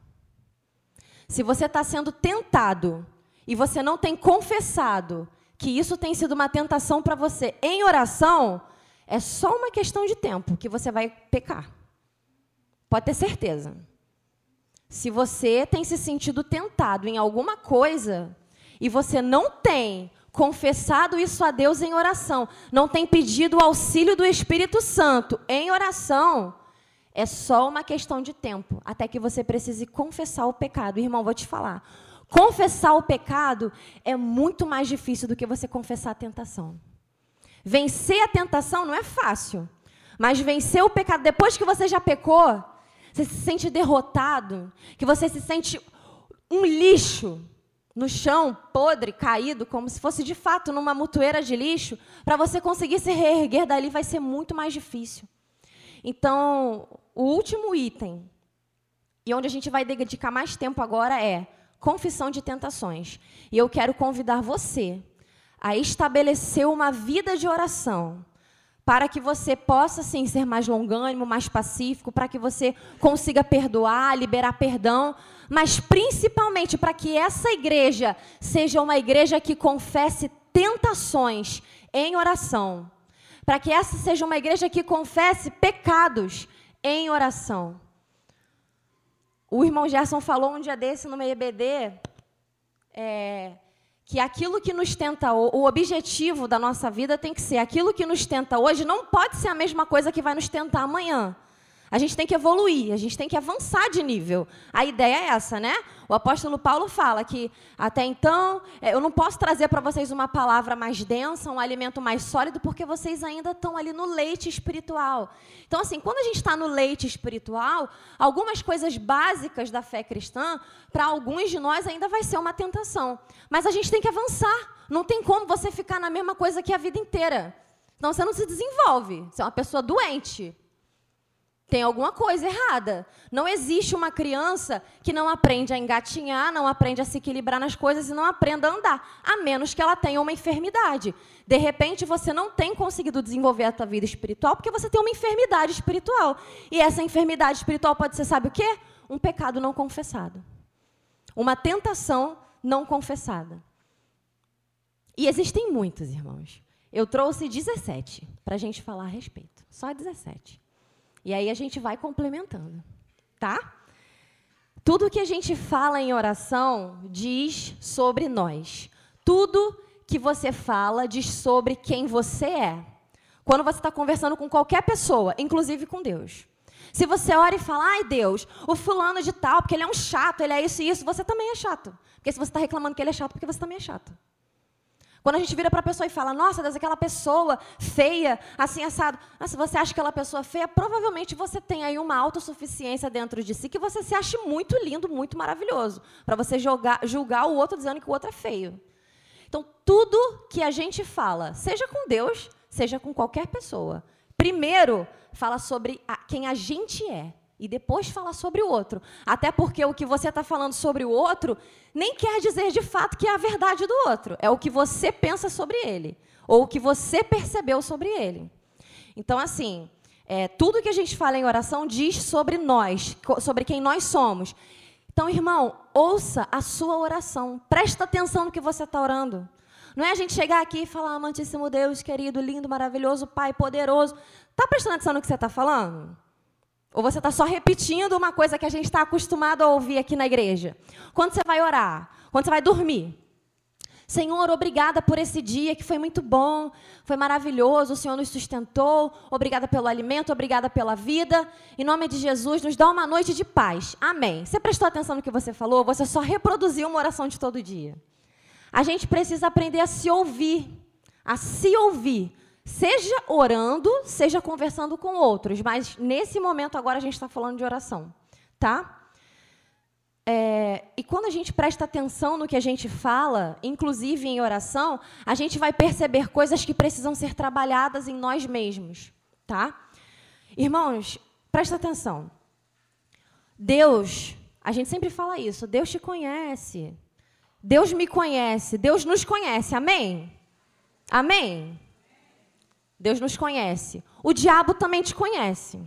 Se você está sendo tentado e você não tem confessado que isso tem sido uma tentação para você em oração, é só uma questão de tempo que você vai pecar. Pode ter certeza. Se você tem se sentido tentado em alguma coisa e você não tem confessado isso a Deus em oração, não tem pedido o auxílio do Espírito Santo em oração, é só uma questão de tempo, até que você precise confessar o pecado. Irmão, vou te falar, confessar o pecado é muito mais difícil do que você confessar a tentação. Vencer a tentação não é fácil, mas vencer o pecado, depois que você já pecou, você se sente derrotado, que você se sente um lixo no chão, podre, caído, como se fosse de fato numa mutueira de lixo, para você conseguir se reerguer dali vai ser muito mais difícil. Então, o último item, e onde a gente vai dedicar mais tempo agora, é confissão de tentações. E eu quero convidar você a estabelecer uma vida de oração, para que você possa, sim, ser mais longânimo, mais pacífico, para que você consiga perdoar, liberar perdão, mas principalmente para que essa igreja seja uma igreja que confesse tentações em oração, para que essa seja uma igreja que confesse pecados em oração. O irmão Gerson falou um dia desse no E B D, é, que aquilo que nos tenta, o objetivo da nossa vida tem que ser, aquilo que nos tenta hoje não pode ser a mesma coisa que vai nos tentar amanhã. A gente tem que evoluir, a gente tem que avançar de nível. A ideia é essa, né? O apóstolo Paulo fala que, até então, eu não posso trazer para vocês uma palavra mais densa, um alimento mais sólido, porque vocês ainda estão ali no leite espiritual. Então, assim, quando a gente está no leite espiritual, algumas coisas básicas da fé cristã, para alguns de nós ainda vai ser uma tentação. Mas a gente tem que avançar. Não tem como você ficar na mesma coisa que a vida inteira. Então, você não se desenvolve. Você é uma pessoa doente. Tem alguma coisa errada. Não existe uma criança que não aprende a engatinhar, não aprende a se equilibrar nas coisas e não aprenda a andar, a menos que ela tenha uma enfermidade. De repente, você não tem conseguido desenvolver a tua vida espiritual porque você tem uma enfermidade espiritual. E essa enfermidade espiritual pode ser, sabe o quê? Um pecado não confessado. Uma tentação não confessada. E existem muitos, irmãos. Eu trouxe dezessete para a gente falar a respeito. Só dezessete. E aí a gente vai complementando, tá? Tudo que a gente fala em oração diz sobre nós. Tudo que você fala diz sobre quem você é. Quando você está conversando com qualquer pessoa, inclusive com Deus. Se você ora e fala, ai Deus, o fulano de tal, porque ele é um chato, ele é isso e isso, você também é chato. Porque se você está reclamando que ele é chato, porque você também é chato. Quando a gente vira para a pessoa e fala, nossa, Deus, aquela pessoa feia, assim, assado. Ah, se você acha aquela pessoa feia, provavelmente você tem aí uma autossuficiência dentro de si, que você se acha muito lindo, muito maravilhoso, para você julgar, julgar o outro dizendo que o outro é feio. Então, tudo que a gente fala, seja com Deus, seja com qualquer pessoa, primeiro fala sobre a, quem a gente é. E depois falar sobre o outro. Até porque o que você está falando sobre o outro nem quer dizer de fato que é a verdade do outro. É o que você pensa sobre ele. Ou o que você percebeu sobre ele. Então, assim, é, tudo que a gente fala em oração diz sobre nós, sobre quem nós somos. Então, irmão, ouça a sua oração. Presta atenção no que você está orando. Não é a gente chegar aqui e falar, amantíssimo Deus, querido, lindo, maravilhoso, Pai, poderoso. Está prestando atenção no que você está falando? Ou você está só repetindo uma coisa que a gente está acostumado a ouvir aqui na igreja? Quando você vai orar, quando você vai dormir. Senhor, obrigada por esse dia que foi muito bom, foi maravilhoso, o Senhor nos sustentou, obrigada pelo alimento, obrigada pela vida. Em nome de Jesus, nos dá uma noite de paz. Amém. Você prestou atenção no que você falou? Você só reproduziu uma oração de todo dia. A gente precisa aprender a se ouvir, a se ouvir. Seja orando, seja conversando com outros, mas nesse momento agora a gente está falando de oração, tá? É, e quando a gente presta atenção no que a gente fala, inclusive em oração, a gente vai perceber coisas que precisam ser trabalhadas em nós mesmos, tá? Irmãos, presta atenção. Deus, a gente sempre fala isso, Deus te conhece, Deus me conhece, Deus nos conhece, amém? Amém? Deus nos conhece. O diabo também te conhece.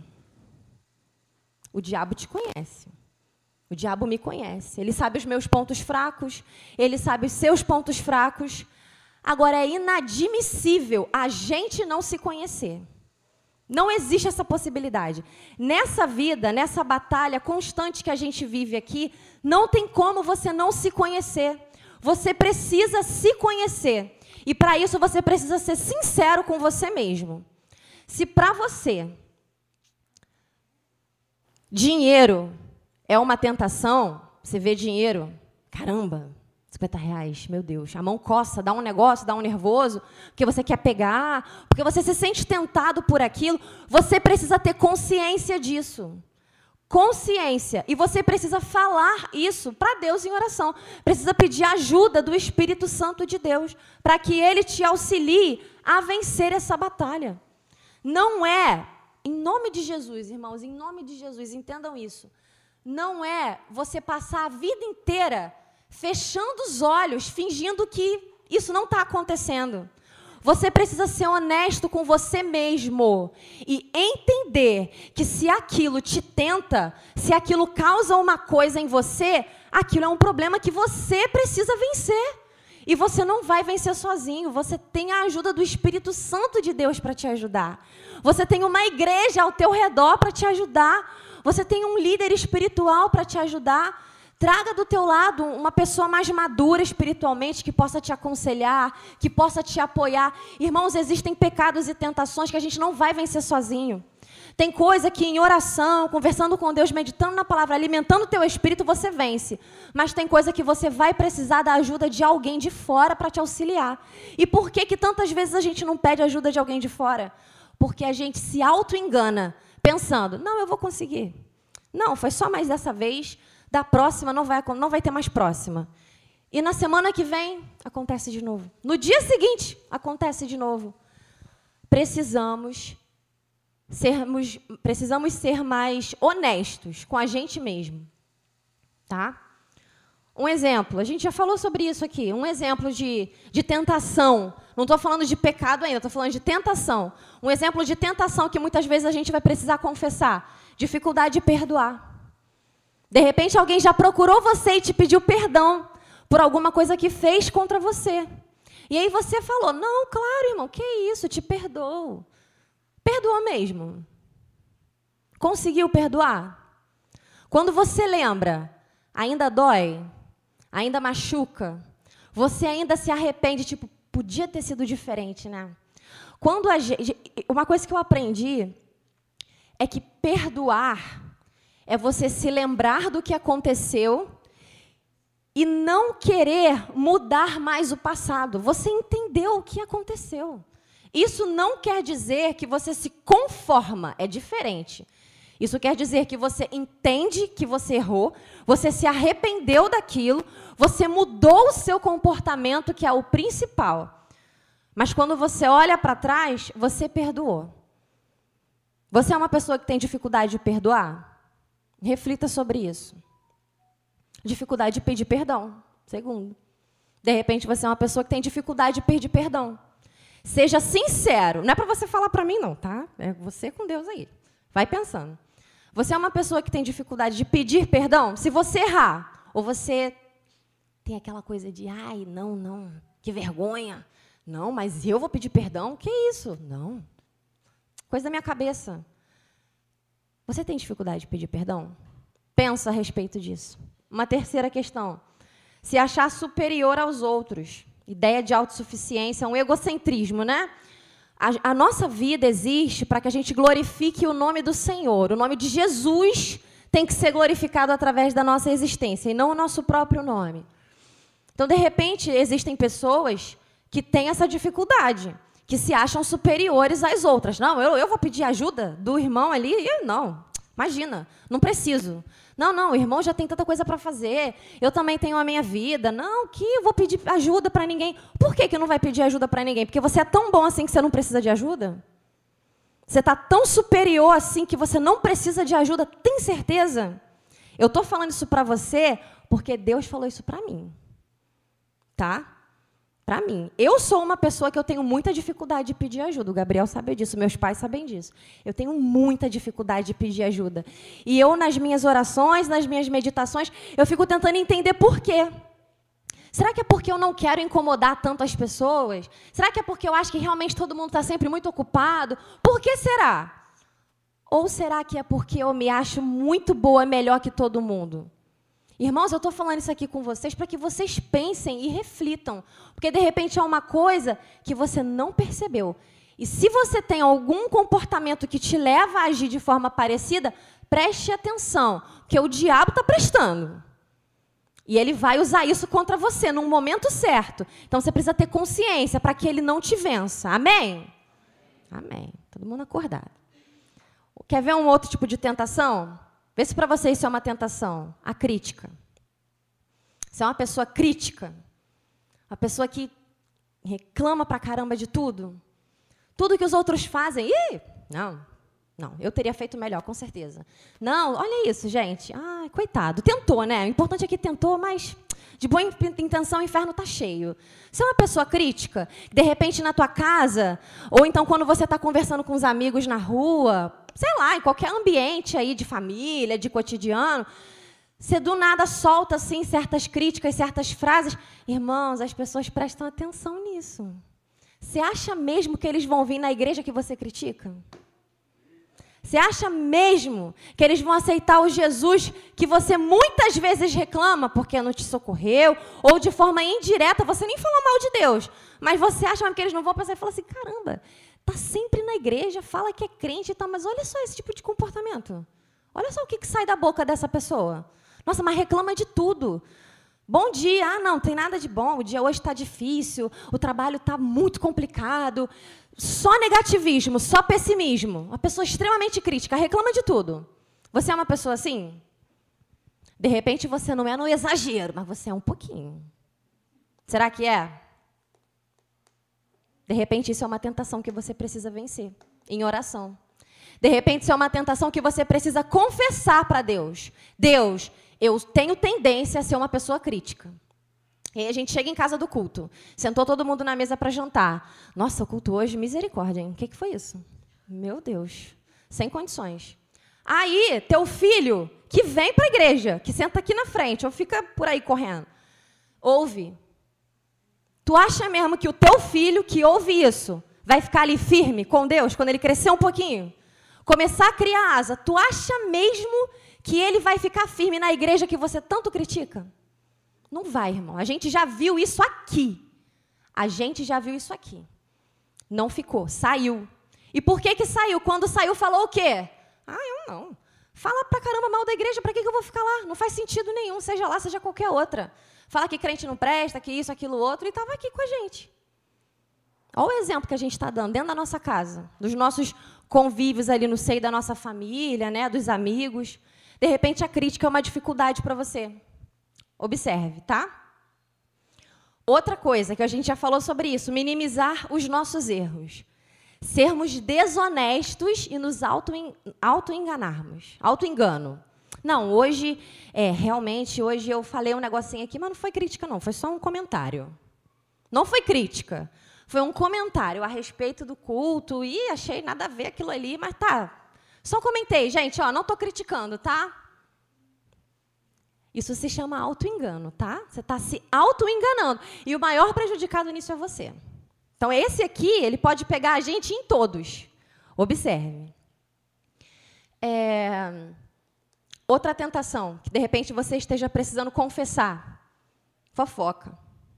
O diabo te conhece. O diabo me conhece. Ele sabe os meus pontos fracos, ele sabe os seus pontos fracos. Agora, é inadmissível a gente não se conhecer. Não existe essa possibilidade. Nessa vida, nessa batalha constante que a gente vive aqui, não tem como você não se conhecer. Você precisa se conhecer. E para isso você precisa ser sincero com você mesmo. Se para você dinheiro é uma tentação, você vê dinheiro, caramba, cinquenta reais, meu Deus, a mão coça, dá um negócio, dá um nervoso, porque você quer pegar, porque você se sente tentado por aquilo, você precisa ter consciência disso. Consciência. E você precisa falar isso para Deus em oração. Precisa pedir ajuda do Espírito Santo de Deus para que Ele te auxilie a vencer essa batalha. Não é, em nome de Jesus, irmãos, em nome de Jesus, entendam isso. Não é você passar a vida inteira fechando os olhos, fingindo que isso não está acontecendo. Você precisa ser honesto com você mesmo e entender que se aquilo te tenta, se aquilo causa uma coisa em você, aquilo é um problema que você precisa vencer. E você não vai vencer sozinho, você tem a ajuda do Espírito Santo de Deus para te ajudar. Você tem uma igreja ao teu redor para te ajudar. Você tem um líder espiritual para te ajudar. Traga do teu lado uma pessoa mais madura espiritualmente, que possa te aconselhar, que possa te apoiar. Irmãos, existem pecados e tentações que a gente não vai vencer sozinho. Tem coisa que em oração, conversando com Deus, meditando na palavra, alimentando o teu espírito, você vence. Mas tem coisa que você vai precisar da ajuda de alguém de fora para te auxiliar. E por que que tantas vezes a gente não pede ajuda de alguém de fora? Porque a gente se auto-engana, pensando, não, eu vou conseguir. Não, foi só mais dessa vez. Da próxima não vai, não vai ter mais próxima. E na semana que vem, acontece de novo. No dia seguinte, acontece de novo. Precisamos sermos, precisamos ser mais honestos com a gente mesmo, tá? Um exemplo, a gente já falou sobre isso aqui, um exemplo de, de tentação. Não estou falando de pecado ainda, estou falando de tentação. Um exemplo de tentação que muitas vezes a gente vai precisar confessar. Dificuldade de perdoar. De repente, alguém já procurou você e te pediu perdão por alguma coisa que fez contra você. E aí você falou, não, claro, irmão, que isso, te perdoo. Perdoou mesmo. Conseguiu perdoar? Quando você lembra, ainda dói? Ainda machuca? Você ainda se arrepende, tipo, podia ter sido diferente, né? Quando a gente, uma coisa que eu aprendi é que perdoar é você se lembrar do que aconteceu e não querer mudar mais o passado. Você entendeu o que aconteceu. Isso não quer dizer que você se conforma, é diferente. Isso quer dizer que você entende que você errou, você se arrependeu daquilo, você mudou o seu comportamento, que é o principal. Mas quando você olha para trás, você perdoou. Você é uma pessoa que tem dificuldade de perdoar? Reflita sobre isso. Dificuldade de pedir perdão. Segundo. De repente, você é uma pessoa que tem dificuldade de pedir perdão. Seja sincero. Não é para você falar para mim, não, tá? É você com Deus aí. Vai pensando. Você é uma pessoa que tem dificuldade de pedir perdão? Se você errar, ou você tem aquela coisa de, ai, não, não, que vergonha. Não, mas eu vou pedir perdão? Que isso? Não. Coisa da minha cabeça. Você tem dificuldade de pedir perdão? Pensa a respeito disso. Uma terceira questão. Se achar superior aos outros. Ideia de autossuficiência, um egocentrismo, né? A, a nossa vida existe para que a gente glorifique o nome do Senhor. O nome de Jesus tem que ser glorificado através da nossa existência, e não o nosso próprio nome. Então, de repente, existem pessoas que têm essa dificuldade, que se acham superiores às outras. Não, eu, eu vou pedir ajuda do irmão ali? Eu, não, imagina, não preciso. Não, não, o irmão já tem tanta coisa para fazer, eu também tenho a minha vida. Não, que eu vou pedir ajuda para ninguém. Por que que não vai pedir ajuda para ninguém? Porque você é tão bom assim que você não precisa de ajuda? Você está tão superior assim que você não precisa de ajuda? Tem certeza? Eu estou falando isso para você porque Deus falou isso para mim. Tá? Para mim. Eu sou uma pessoa que eu tenho muita dificuldade de pedir ajuda. O Gabriel sabe disso, meus pais sabem disso. Eu tenho muita dificuldade de pedir ajuda. E eu, nas minhas orações, nas minhas meditações, eu fico tentando entender por quê. Será que é porque eu não quero incomodar tanto as pessoas? Será que é porque eu acho que realmente todo mundo está sempre muito ocupado? Por que será? Ou será que é porque eu me acho muito boa, melhor que todo mundo? Irmãos, eu estou falando isso aqui com vocês para que vocês pensem e reflitam. Porque, de repente, é uma coisa que você não percebeu. E se você tem algum comportamento que te leva a agir de forma parecida, preste atenção, porque o diabo está prestando. E ele vai usar isso contra você num momento certo. Então, você precisa ter consciência para que ele não te vença. Amém? Amém. Todo mundo acordado. Quer ver um outro tipo de tentação? Vê se para você isso é uma tentação. A crítica. Você é uma pessoa crítica. Uma pessoa que reclama pra caramba de tudo. Tudo que os outros fazem. Ih, não, não, eu teria feito melhor, com certeza. Não, olha isso, gente. Ai, coitado. Tentou, né? O importante é que tentou, mas de boa intenção o inferno está cheio. Você é uma pessoa crítica, de repente na tua casa, ou então quando você está conversando com os amigos na rua, sei lá, em qualquer ambiente aí de família, de cotidiano, você do nada solta assim certas críticas, certas frases. Irmãos, as pessoas prestam atenção nisso. Você acha mesmo que eles vão vir na igreja que você critica? Você acha mesmo que eles vão aceitar o Jesus que você muitas vezes reclama porque não te socorreu, ou de forma indireta, você nem falou mal de Deus, mas você acha que eles não vão pensar e falar assim, caramba, está sempre na igreja, fala que é crente e tal, mas olha só esse tipo de comportamento. Olha só o que, que sai da boca dessa pessoa. Nossa, mas reclama de tudo. Bom dia, ah, não, tem nada de bom, o dia hoje está difícil, o trabalho está muito complicado. Só negativismo, só pessimismo. Uma pessoa extremamente crítica, reclama de tudo. Você é uma pessoa assim? De repente você não é no exagero, mas você é um pouquinho. Será que é? De repente isso é uma tentação que você precisa vencer, em oração. De repente, isso é uma tentação que você precisa confessar para Deus. Deus, eu tenho tendência a ser uma pessoa crítica. E aí a gente chega em casa do culto. Sentou todo mundo na mesa para jantar. Nossa, o culto hoje, misericórdia, hein? O que, que foi isso? Meu Deus, sem condições. Aí, teu filho, que vem para a igreja, que senta aqui na frente, ou fica por aí correndo, ouve. Tu acha mesmo que o teu filho que ouve isso vai ficar ali firme com Deus quando ele crescer um pouquinho? Começar a criar asa. Tu acha mesmo que ele vai ficar firme na igreja que você tanto critica? Não vai, irmão. A gente já viu isso aqui. A gente já viu isso aqui. Não ficou, saiu. E por que que saiu? Quando saiu, falou o quê? Ah, eu não. Fala pra caramba mal da igreja, pra que que eu vou ficar lá? Não faz sentido nenhum, seja lá, seja qualquer outra. Fala que crente não presta, que isso, aquilo, outro, e estava aqui com a gente. Olha o exemplo que a gente está dando dentro da nossa casa, dos nossos convívios ali no seio da nossa família, né, dos amigos. De repente, a crítica é uma dificuldade para você. Observe, tá? Outra coisa que a gente já falou sobre isso, minimizar os nossos erros. Sermos desonestos e nos auto-enganarmos. Auto-engano. Não, hoje, é, realmente, hoje eu falei um negocinho aqui, mas não foi crítica, não. Foi só um comentário. Não foi crítica. Foi um comentário a respeito do culto e achei nada a ver aquilo ali, mas tá. Só comentei, gente, ó, não estou criticando, tá? Isso se chama auto-engano, tá? Você está se auto-enganando. E o maior prejudicado nisso é você. Então, esse aqui, ele pode pegar a gente em todos. Observe. É... Outra tentação, que de repente você esteja precisando confessar. Fofoca.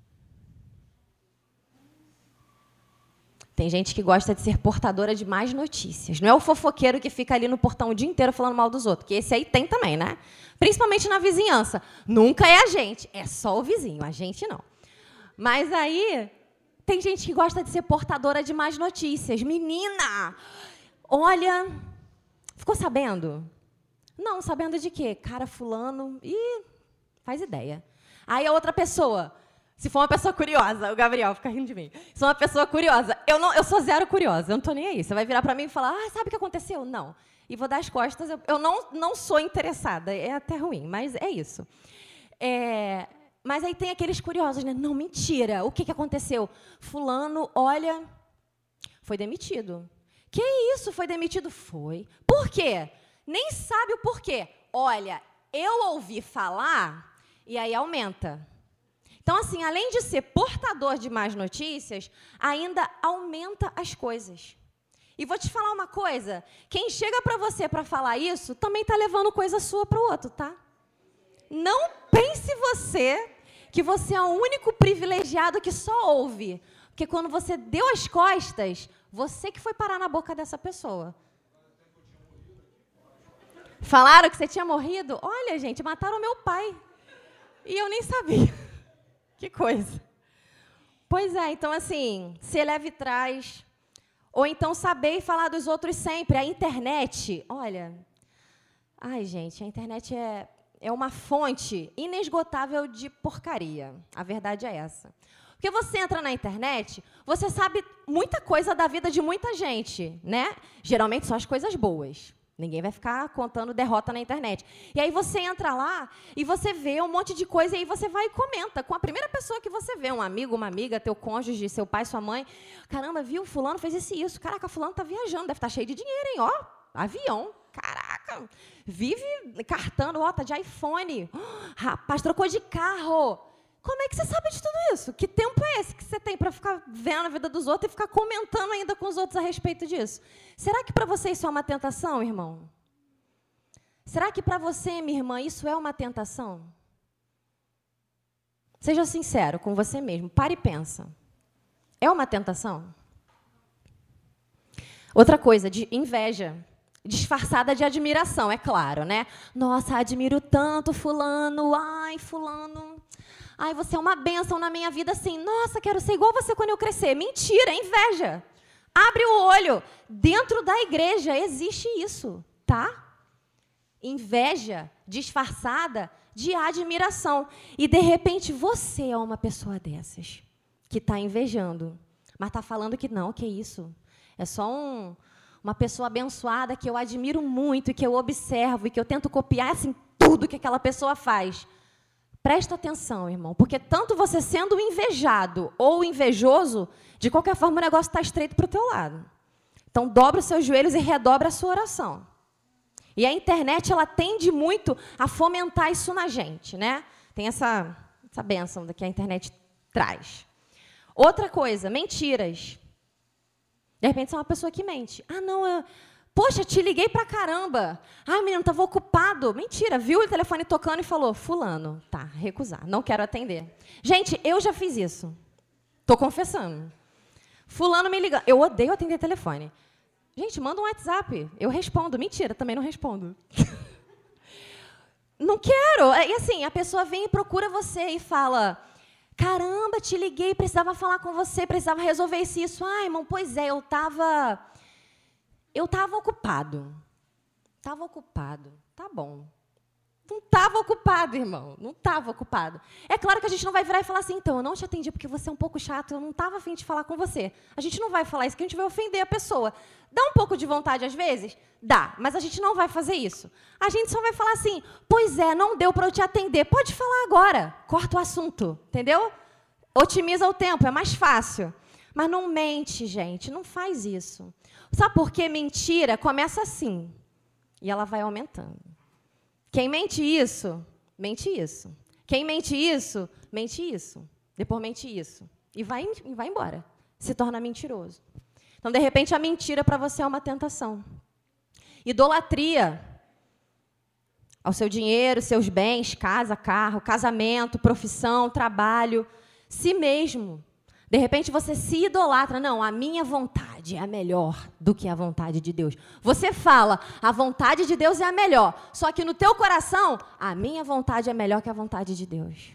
Tem gente que gosta de ser portadora de más notícias. Não é o fofoqueiro que fica ali no portão o dia inteiro falando mal dos outros, que esse aí tem também, né? Principalmente na vizinhança. Nunca é a gente, é só o vizinho, a gente não. Mas aí, tem gente que gosta de ser portadora de más notícias. Menina, olha, ficou sabendo? Não, sabendo de quê? Cara, fulano, ih, faz ideia. Aí a outra pessoa, se for uma pessoa curiosa, o Gabriel fica rindo de mim. Se for uma pessoa curiosa, eu, não, eu sou zero curiosa, eu não estou nem aí. Você vai virar para mim e falar, ah, sabe o que aconteceu? Não. E vou dar as costas, eu, eu não, não sou interessada, é até ruim, mas é isso. É, mas aí tem aqueles curiosos, né? Não, mentira, o que, que aconteceu? Fulano, olha, foi demitido. Que isso, foi demitido? Foi. Por quê? Nem sabe o porquê. Olha, eu ouvi falar, e aí aumenta. Então, assim, além de ser portador de más notícias, ainda aumenta as coisas. E vou te falar uma coisa, quem chega para você para falar isso, também está levando coisa sua para o outro, tá? Não pense você que você é o único privilegiado que só ouve. Porque quando você deu as costas, você que foi parar na boca dessa pessoa. Falaram que você tinha morrido? Olha, gente, mataram meu pai. E eu nem sabia. Que coisa. Pois é, então assim, se leve trás. Ou então saber falar dos outros sempre. A internet, olha... Ai, gente, a internet é, é uma fonte inesgotável de porcaria. A verdade é essa. Porque você entra na internet, você sabe muita coisa da vida de muita gente, né? Geralmente são as coisas boas. Ninguém vai ficar contando derrota na internet. E aí você entra lá e você vê um monte de coisa e aí você vai e comenta com a primeira pessoa que você vê, um amigo, uma amiga, teu cônjuge, seu pai, sua mãe. Caramba, viu? Fulano fez isso e isso. Caraca, fulano tá viajando, deve estar cheio de dinheiro, hein? Ó, avião. Caraca, vive cartando, ó, tá de iPhone. Oh, rapaz, trocou de carro. Como é que você sabe de tudo isso? Que tempo é esse que você tem para ficar vendo a vida dos outros e ficar comentando ainda com os outros a respeito disso? Será que para você isso é uma tentação, irmão? Será que para você, minha irmã, isso é uma tentação? Seja sincero com você mesmo. Pare e pensa. É uma tentação? Outra coisa, de inveja. Disfarçada de admiração, é claro, né? Nossa, admiro tanto fulano. Ai, fulano... Ai, você é uma bênção na minha vida, assim. Nossa, quero ser igual você quando eu crescer. Mentira, é inveja. Abre o olho. Dentro da igreja existe isso, tá? Inveja disfarçada de admiração. E, de repente, você é uma pessoa dessas que está invejando. Mas está falando que não, que isso. É só um, uma pessoa abençoada que eu admiro muito e que eu observo e que eu tento copiar assim, tudo que aquela pessoa faz. Presta atenção, irmão, porque tanto você sendo invejado ou invejoso, de qualquer forma o negócio está estreito para o teu lado. Então, dobra os seus joelhos e redobra a sua oração. E a internet, ela tende muito a fomentar isso na gente, né? Tem essa, essa bênção que a internet traz. Outra coisa, mentiras. De repente, você é uma pessoa que mente. Ah, não, eu... Poxa, te liguei pra caramba. Ai, menino, estava ocupado. Mentira, viu o telefone tocando e falou, fulano, tá, recusar, não quero atender. Gente, eu já fiz isso. Tô confessando. Fulano me liga. Eu odeio atender telefone. Gente, manda um WhatsApp. Eu respondo. Mentira, também não respondo. Não quero. E assim, a pessoa vem e procura você e fala, caramba, te liguei, precisava falar com você, precisava resolver isso e isso. Ah, irmão, pois é, eu estava... Eu estava ocupado. Estava ocupado. Tá bom. Não estava ocupado, irmão. Não estava ocupado. É claro que a gente não vai virar e falar assim, então, eu não te atendi porque você é um pouco chato, eu não estava a fim de falar com você. A gente não vai falar isso, que a gente vai ofender a pessoa. Dá um pouco de vontade às vezes? Dá, mas a gente não vai fazer isso. A gente só vai falar assim, pois é, não deu para eu te atender. Pode falar agora. Corta o assunto, entendeu? Otimiza o tempo, é mais fácil. Mas não mente, gente, não faz isso. Sabe por que mentira começa assim? E ela vai aumentando. Quem mente isso, mente isso. Quem mente isso, mente isso. Depois mente isso. E vai, e vai embora. Se torna mentiroso. Então, de repente, a mentira para você é uma tentação. Idolatria ao seu dinheiro, seus bens, casa, carro, casamento, profissão, trabalho, si mesmo. De repente, você se idolatra. Não, a minha vontade é melhor do que a vontade de Deus. Você fala, a vontade de Deus é a melhor. Só que no teu coração, a minha vontade é melhor que a vontade de Deus.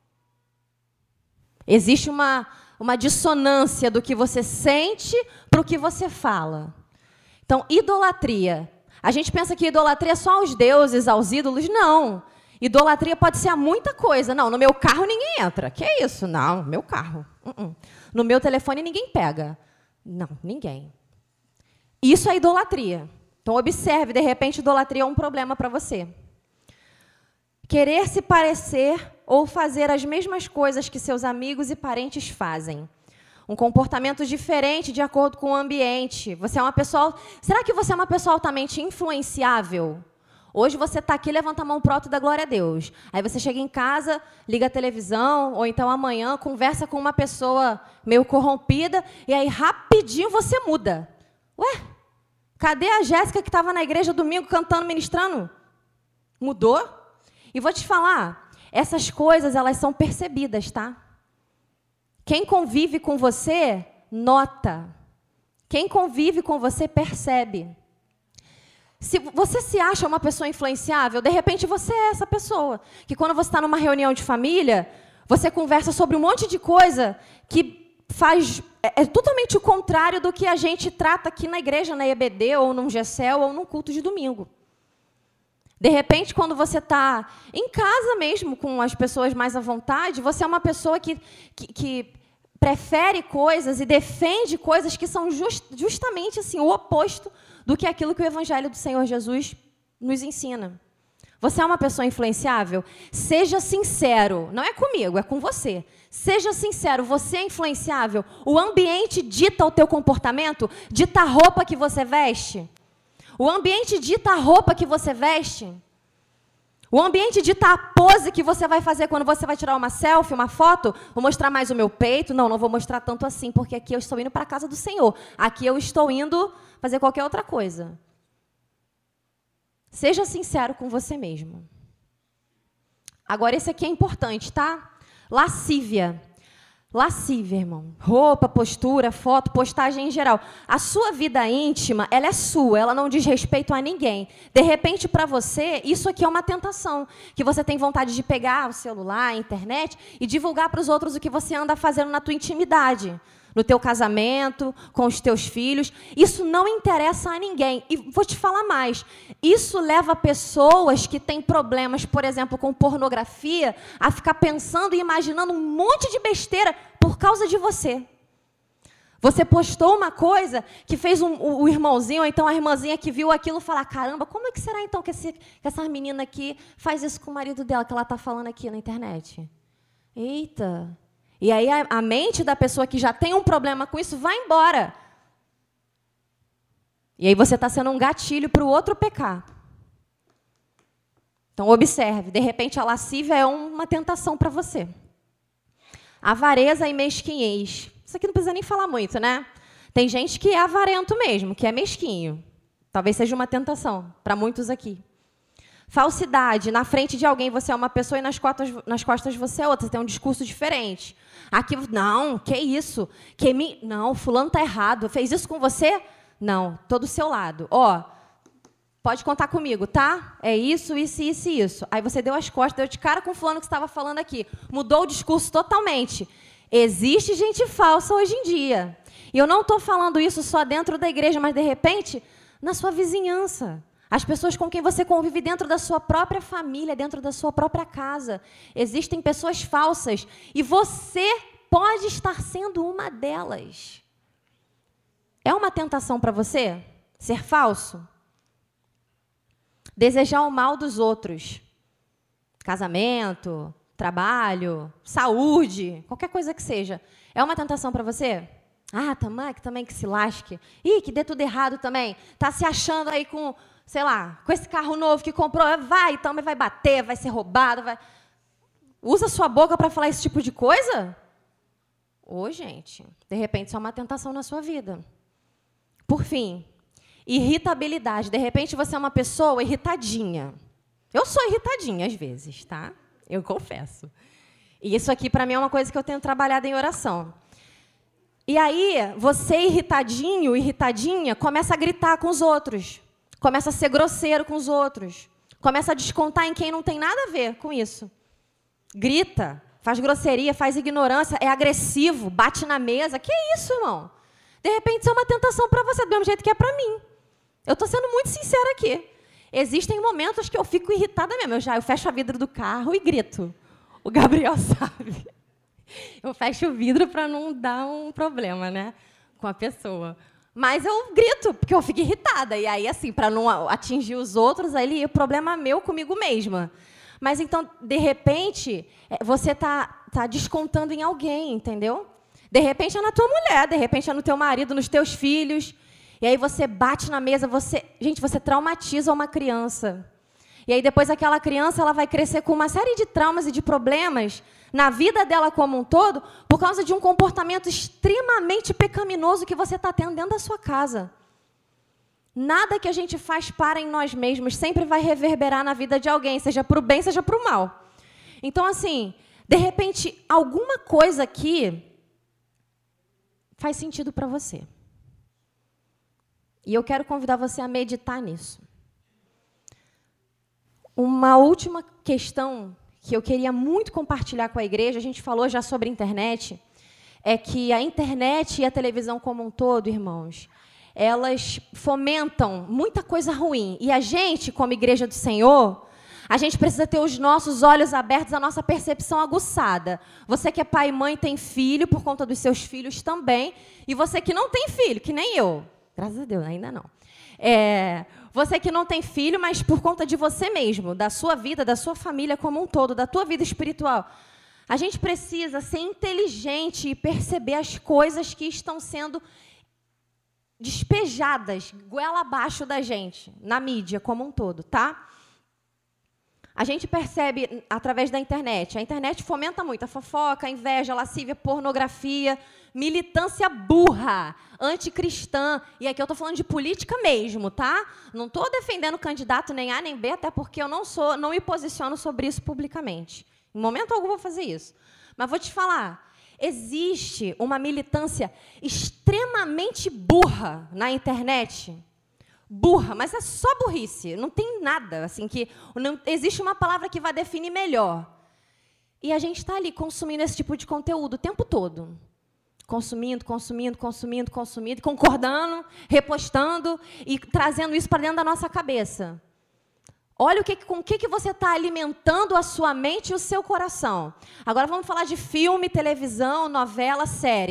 Existe uma, uma dissonância do que você sente para o que você fala. Então, idolatria. A gente pensa que idolatria é só aos deuses, aos ídolos. Não. Idolatria pode ser a muita coisa. Não, no meu carro ninguém entra. Que é isso? Não, meu carro. Uh-uh. No meu telefone ninguém pega. Não, ninguém. Isso é idolatria. Então, observe, de repente, idolatria é um problema para você. Querer se parecer ou fazer as mesmas coisas que seus amigos e parentes fazem. Um comportamento diferente de acordo com o ambiente. Você é uma pessoa... Será que você é uma pessoa altamente influenciável? Hoje você está aqui, levanta a mão pro alto e dá glória a Deus. Aí você chega em casa, liga a televisão, ou então amanhã conversa com uma pessoa meio corrompida, e aí rapidinho você muda. Ué, cadê a Jéssica que estava na igreja domingo cantando, ministrando? Mudou? E vou te falar, essas coisas elas são percebidas, tá? Quem convive com você, nota. Quem convive com você, percebe. Se você se acha uma pessoa influenciável, de repente você é essa pessoa. Que quando você está numa reunião de família, você conversa sobre um monte de coisa que faz, é, é totalmente o contrário do que a gente trata aqui na igreja, na E B D, ou num G C E L, ou num culto de domingo. De repente, quando você está em casa mesmo, com as pessoas mais à vontade, você é uma pessoa que, que, que prefere coisas e defende coisas que são just, justamente assim, o oposto do que aquilo que o Evangelho do Senhor Jesus nos ensina. Você é uma pessoa influenciável? Seja sincero. Não é comigo, é com você. Seja sincero, você é influenciável? O ambiente dita o teu comportamento? Dita a roupa que você veste? O ambiente dita a roupa que você veste? O ambiente dita a pose que você vai fazer quando você vai tirar uma selfie, uma foto? Vou mostrar mais o meu peito? Não, não vou mostrar tanto assim, porque aqui eu estou indo para a casa do Senhor. Aqui eu estou indo fazer qualquer outra coisa. Seja sincero com você mesmo. Agora, esse aqui é importante, tá? Lascívia. Lascívia, irmão. Roupa, postura, foto, postagem em geral. A sua vida íntima, ela é sua, ela não diz respeito a ninguém. De repente, para você, isso aqui é uma tentação. Que você tem vontade de pegar o celular, a internet e divulgar para os outros o que você anda fazendo na tua intimidade. No teu casamento, com os teus filhos. Isso não interessa a ninguém. E vou te falar mais. Isso leva pessoas que têm problemas, por exemplo, com pornografia, a ficar pensando e imaginando um monte de besteira por causa de você. Você postou uma coisa que fez um, o, o irmãozinho, ou então a irmãzinha que viu aquilo falar, caramba, como é que será então que, esse, que essa menina aqui faz isso com o marido dela, que ela está falando aqui na internet? Eita! E aí a, a mente da pessoa que já tem um problema com isso vai embora. E aí você está sendo um gatilho para o outro pecar. Então, observe, de repente a lascívia é uma tentação para você. Avareza e mesquinhez. Isso aqui não precisa nem falar muito, né? Tem gente que é avarento mesmo, que é mesquinho. Talvez seja uma tentação para muitos aqui. Falsidade. Na frente de alguém você é uma pessoa e nas costas, nas costas você é outra. Você tem um discurso diferente. Aqui, não, que isso? Que me... Não, fulano está errado. Fez isso com você? Não, estou do seu lado. Ó, pode contar comigo, tá? É isso, isso, isso e isso. Aí você deu as costas, deu de cara com o fulano que estava falando aqui. Mudou o discurso totalmente. Existe gente falsa hoje em dia. E eu não estou falando isso só dentro da igreja, mas, de repente, na sua vizinhança. As pessoas com quem você convive dentro da sua própria família, dentro da sua própria casa. Existem pessoas falsas. E você pode estar sendo uma delas. É uma tentação para você ser falso? Desejar o mal dos outros. Casamento, trabalho, saúde, qualquer coisa que seja. É uma tentação para você? Ah, também, que também que se lasque. Ih, que dê tudo errado também. Está se achando aí com, sei lá, com esse carro novo que comprou. Vai, também vai bater, vai ser roubado. Vai... Usa sua boca para falar esse tipo de coisa? Ô, gente, de repente isso é uma tentação na sua vida. Por fim, irritabilidade. De repente você é uma pessoa irritadinha. Eu sou irritadinha às vezes, tá? Eu confesso. E isso aqui, para mim, é uma coisa que eu tenho trabalhado em oração. E aí, você irritadinho, irritadinha, começa a gritar com os outros. Começa a ser grosseiro com os outros. Começa a descontar em quem não tem nada a ver com isso. Grita, faz grosseria, faz ignorância, é agressivo, bate na mesa. Que isso, irmão? De repente, isso é uma tentação para você, do mesmo jeito que é para mim. Eu estou sendo muito sincera aqui. Existem momentos que eu fico irritada mesmo. Eu já eu fecho a vidro do carro e grito. O Gabriel sabe. Eu fecho o vidro para não dar um problema, né, com a pessoa. Mas eu grito, porque eu fico irritada. E aí, assim, para não atingir os outros, aí o problema é meu comigo mesma. Mas, então, de repente, você está tá descontando em alguém, entendeu? De repente é na tua mulher, de repente é no teu marido, nos teus filhos. E aí você bate na mesa, você... Gente, você traumatiza uma criança. E aí depois aquela criança ela vai crescer com uma série de traumas e de problemas na vida dela como um todo por causa de um comportamento extremamente pecaminoso que você está tendo dentro da sua casa. Nada que a gente faz para em nós mesmos sempre vai reverberar na vida de alguém, seja para o bem, seja para o mal. Então, assim, de repente, alguma coisa aqui faz sentido para você. E eu quero convidar você a meditar nisso. Uma última questão que eu queria muito compartilhar com a igreja, a gente falou já sobre a internet, é que a internet e a televisão como um todo, irmãos, elas fomentam muita coisa ruim. E a gente, como igreja do Senhor, a gente precisa ter os nossos olhos abertos, a nossa percepção aguçada. Você que é pai e mãe tem filho, por conta dos seus filhos também, e você que não tem filho, que nem eu. Graças a Deus, ainda não. É, você que não tem filho, mas por conta de você mesmo, da sua vida, da sua família como um todo, da tua vida espiritual. A gente precisa ser inteligente e perceber as coisas que estão sendo despejadas, goela abaixo da gente, na mídia como um todo, tá? A gente percebe através da internet. A internet fomenta muito a fofoca, a inveja, a lascívia, pornografia, militância burra, anticristã. E aqui eu estou falando de política mesmo, tá? Não estou defendendo candidato nem A nem B, até porque eu não sou, não me posiciono sobre isso publicamente. Em momento algum vou fazer isso. Mas vou te falar, existe uma militância extremamente burra na internet. Burra, mas é só burrice, não tem nada, assim, que não existe uma palavra que vai definir melhor. E a gente está ali consumindo esse tipo de conteúdo o tempo todo. Consumindo, consumindo, consumindo, consumindo, concordando, repostando e trazendo isso para dentro da nossa cabeça. Olha o que, com o que, que você está alimentando a sua mente e o seu coração. Agora vamos falar de filme, televisão, novela, série.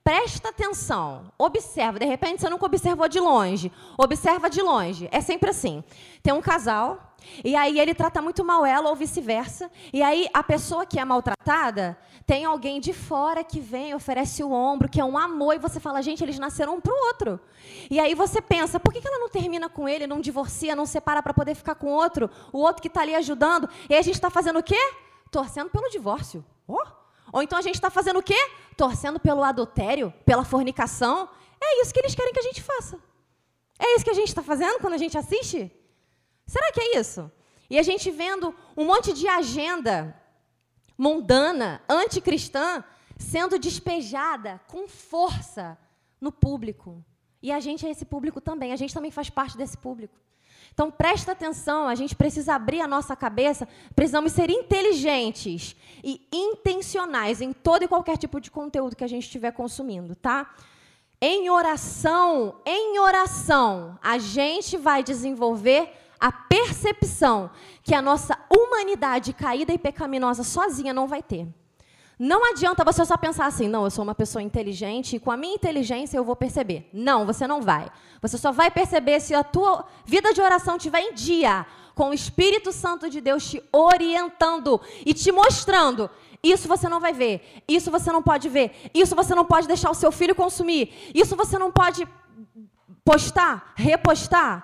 Presta atenção, observa. De repente, você nunca observou de longe. Observa de longe. É sempre assim. Tem um casal, e aí ele trata muito mal ela, ou vice-versa. E aí, a pessoa que é maltratada, tem alguém de fora que vem, oferece o ombro, que é um amor, e você fala, gente, eles nasceram um para o outro. E aí você pensa, por que ela não termina com ele, não divorcia, não separa para poder ficar com o outro? O outro que está ali ajudando. E aí a gente está fazendo o quê? Torcendo pelo divórcio. Oh! Ou então a gente está fazendo o quê? Torcendo pelo adultério, pela fornicação. É isso que eles querem que a gente faça. É isso que a gente está fazendo quando a gente assiste? Será que é isso? E a gente vendo um monte de agenda mundana, anticristã, sendo despejada com força no público. E a gente é esse público também. A gente também faz parte desse público. Então, presta atenção, a gente precisa abrir a nossa cabeça, precisamos ser inteligentes e intencionais em todo e qualquer tipo de conteúdo que a gente estiver consumindo, tá? Em oração, em oração, a gente vai desenvolver a percepção que a nossa humanidade caída e pecaminosa sozinha não vai ter. Não adianta você só pensar assim, não, eu sou uma pessoa inteligente e com a minha inteligência eu vou perceber. Não, você não vai. Você só vai perceber se a tua vida de oração estiver em dia, com o Espírito Santo de Deus te orientando e te mostrando. Isso você não vai ver, isso você não pode ver, isso você não pode deixar o seu filho consumir, isso você não pode postar, repostar.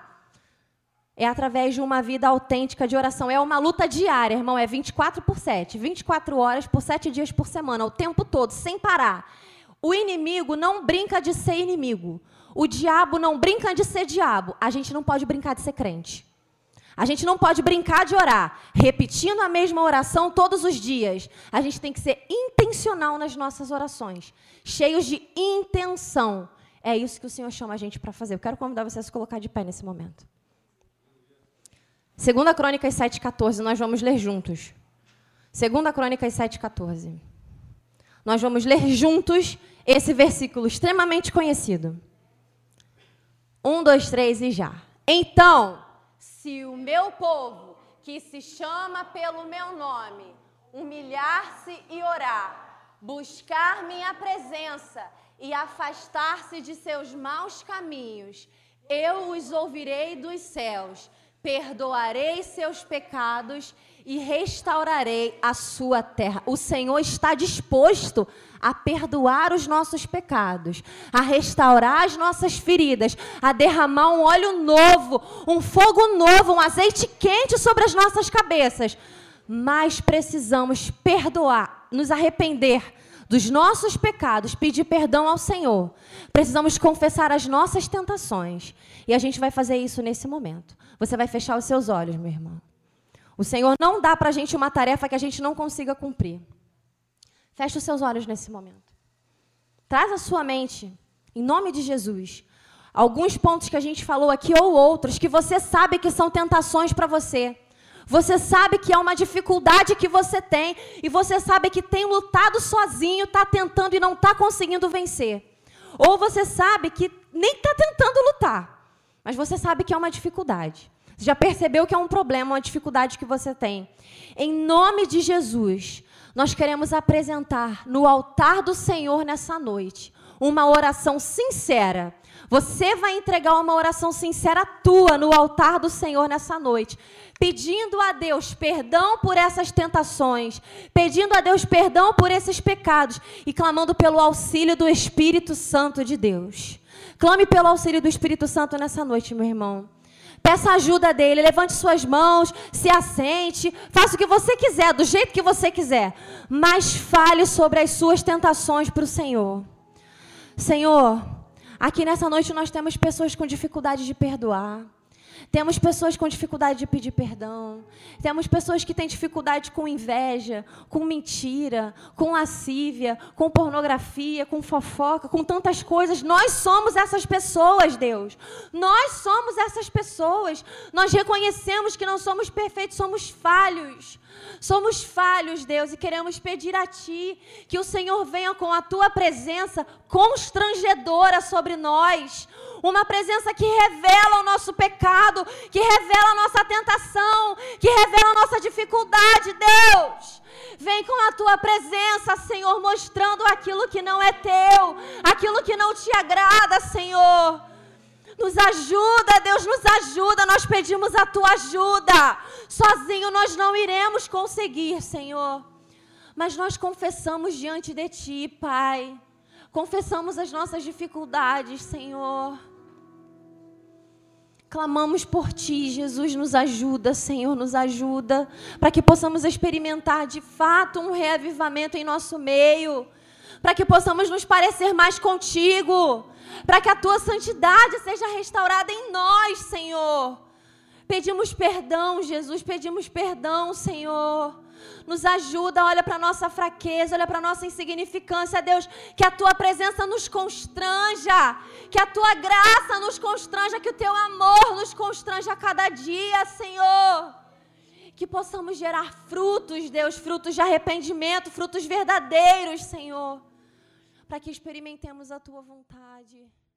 É através de uma vida autêntica de oração. É uma luta diária, irmão. É vinte e quatro por sete. vinte e quatro horas por sete dias por semana. O tempo todo, sem parar. O inimigo não brinca de ser inimigo. O diabo não brinca de ser diabo. A gente não pode brincar de ser crente. A gente não pode brincar de orar, repetindo a mesma oração todos os dias. A gente tem que ser intencional nas nossas orações. Cheios de intenção. É isso que o Senhor chama a gente para fazer. Eu quero convidar você a se colocar de pé nesse momento. Segunda Crônicas sete, quatorze, nós vamos ler juntos. Segunda Crônicas sete, quatorze. Nós vamos ler juntos esse versículo extremamente conhecido. Um, dois, três e já. Então, se o meu povo, que se chama pelo meu nome, humilhar-se e orar, buscar minha presença e afastar-se de seus maus caminhos, eu os ouvirei dos céus, perdoarei seus pecados e restaurarei a sua terra. O Senhor está disposto a perdoar os nossos pecados, a restaurar as nossas feridas, a derramar um óleo novo, um fogo novo, um azeite quente sobre as nossas cabeças. Mas precisamos perdoar, nos arrepender dos nossos pecados, pedir perdão ao Senhor. Precisamos confessar as nossas tentações. E a gente vai fazer isso nesse momento. Você vai fechar os seus olhos, meu irmão. O Senhor não dá para a gente uma tarefa que a gente não consiga cumprir. Feche os seus olhos nesse momento. Traz à sua mente, em nome de Jesus, alguns pontos que a gente falou aqui ou outros que você sabe que são tentações para você. Você sabe que é uma dificuldade que você tem e você sabe que tem lutado sozinho, está tentando e não está conseguindo vencer. Ou você sabe que nem está tentando lutar, mas você sabe que é uma dificuldade. Você já percebeu que é um problema, uma dificuldade que você tem. Em nome de Jesus, nós queremos apresentar no altar do Senhor nessa noite uma oração sincera. Você vai entregar uma oração sincera tua no altar do Senhor nessa noite, pedindo a Deus perdão por essas tentações, pedindo a Deus perdão por esses pecados e clamando pelo auxílio do Espírito Santo de Deus. Clame pelo auxílio do Espírito Santo nessa noite, meu irmão. Peça ajuda dele, levante suas mãos, se assente, faça o que você quiser, do jeito que você quiser, mas fale sobre as suas tentações para o Senhor. Senhor, aqui nessa noite nós temos pessoas com dificuldade de perdoar. Temos pessoas com dificuldade de pedir perdão. Temos pessoas que têm dificuldade com inveja, com mentira, com lascívia, com pornografia, com fofoca, com tantas coisas. Nós somos essas pessoas, Deus. Nós somos essas pessoas. Nós reconhecemos que não somos perfeitos, somos falhos. Somos falhos, Deus, e queremos pedir a Ti que o Senhor venha com a Tua presença constrangedora sobre nós. Uma presença que revela o nosso pecado, que revela a nossa tentação, que revela a nossa dificuldade, Deus. Vem com a tua presença, Senhor, mostrando aquilo que não é teu, aquilo que não te agrada, Senhor. Nos ajuda, Deus, nos ajuda, nós pedimos a tua ajuda. Sozinho nós não iremos conseguir, Senhor. Mas nós confessamos diante de ti, Pai. Confessamos as nossas dificuldades, Senhor. Clamamos por ti, Jesus, nos ajuda, Senhor, nos ajuda, para que possamos experimentar de fato um reavivamento em nosso meio, para que possamos nos parecer mais contigo, para que a tua santidade seja restaurada em nós, Senhor. Pedimos perdão, Jesus, pedimos perdão, Senhor. Nos ajuda, olha para a nossa fraqueza, olha para a nossa insignificância, Deus, que a tua presença nos constranja, que a tua graça nos constranja, que o teu amor nos constranja a cada dia, Senhor. Que possamos gerar frutos, Deus, frutos de arrependimento, frutos verdadeiros, Senhor, para que experimentemos a tua vontade.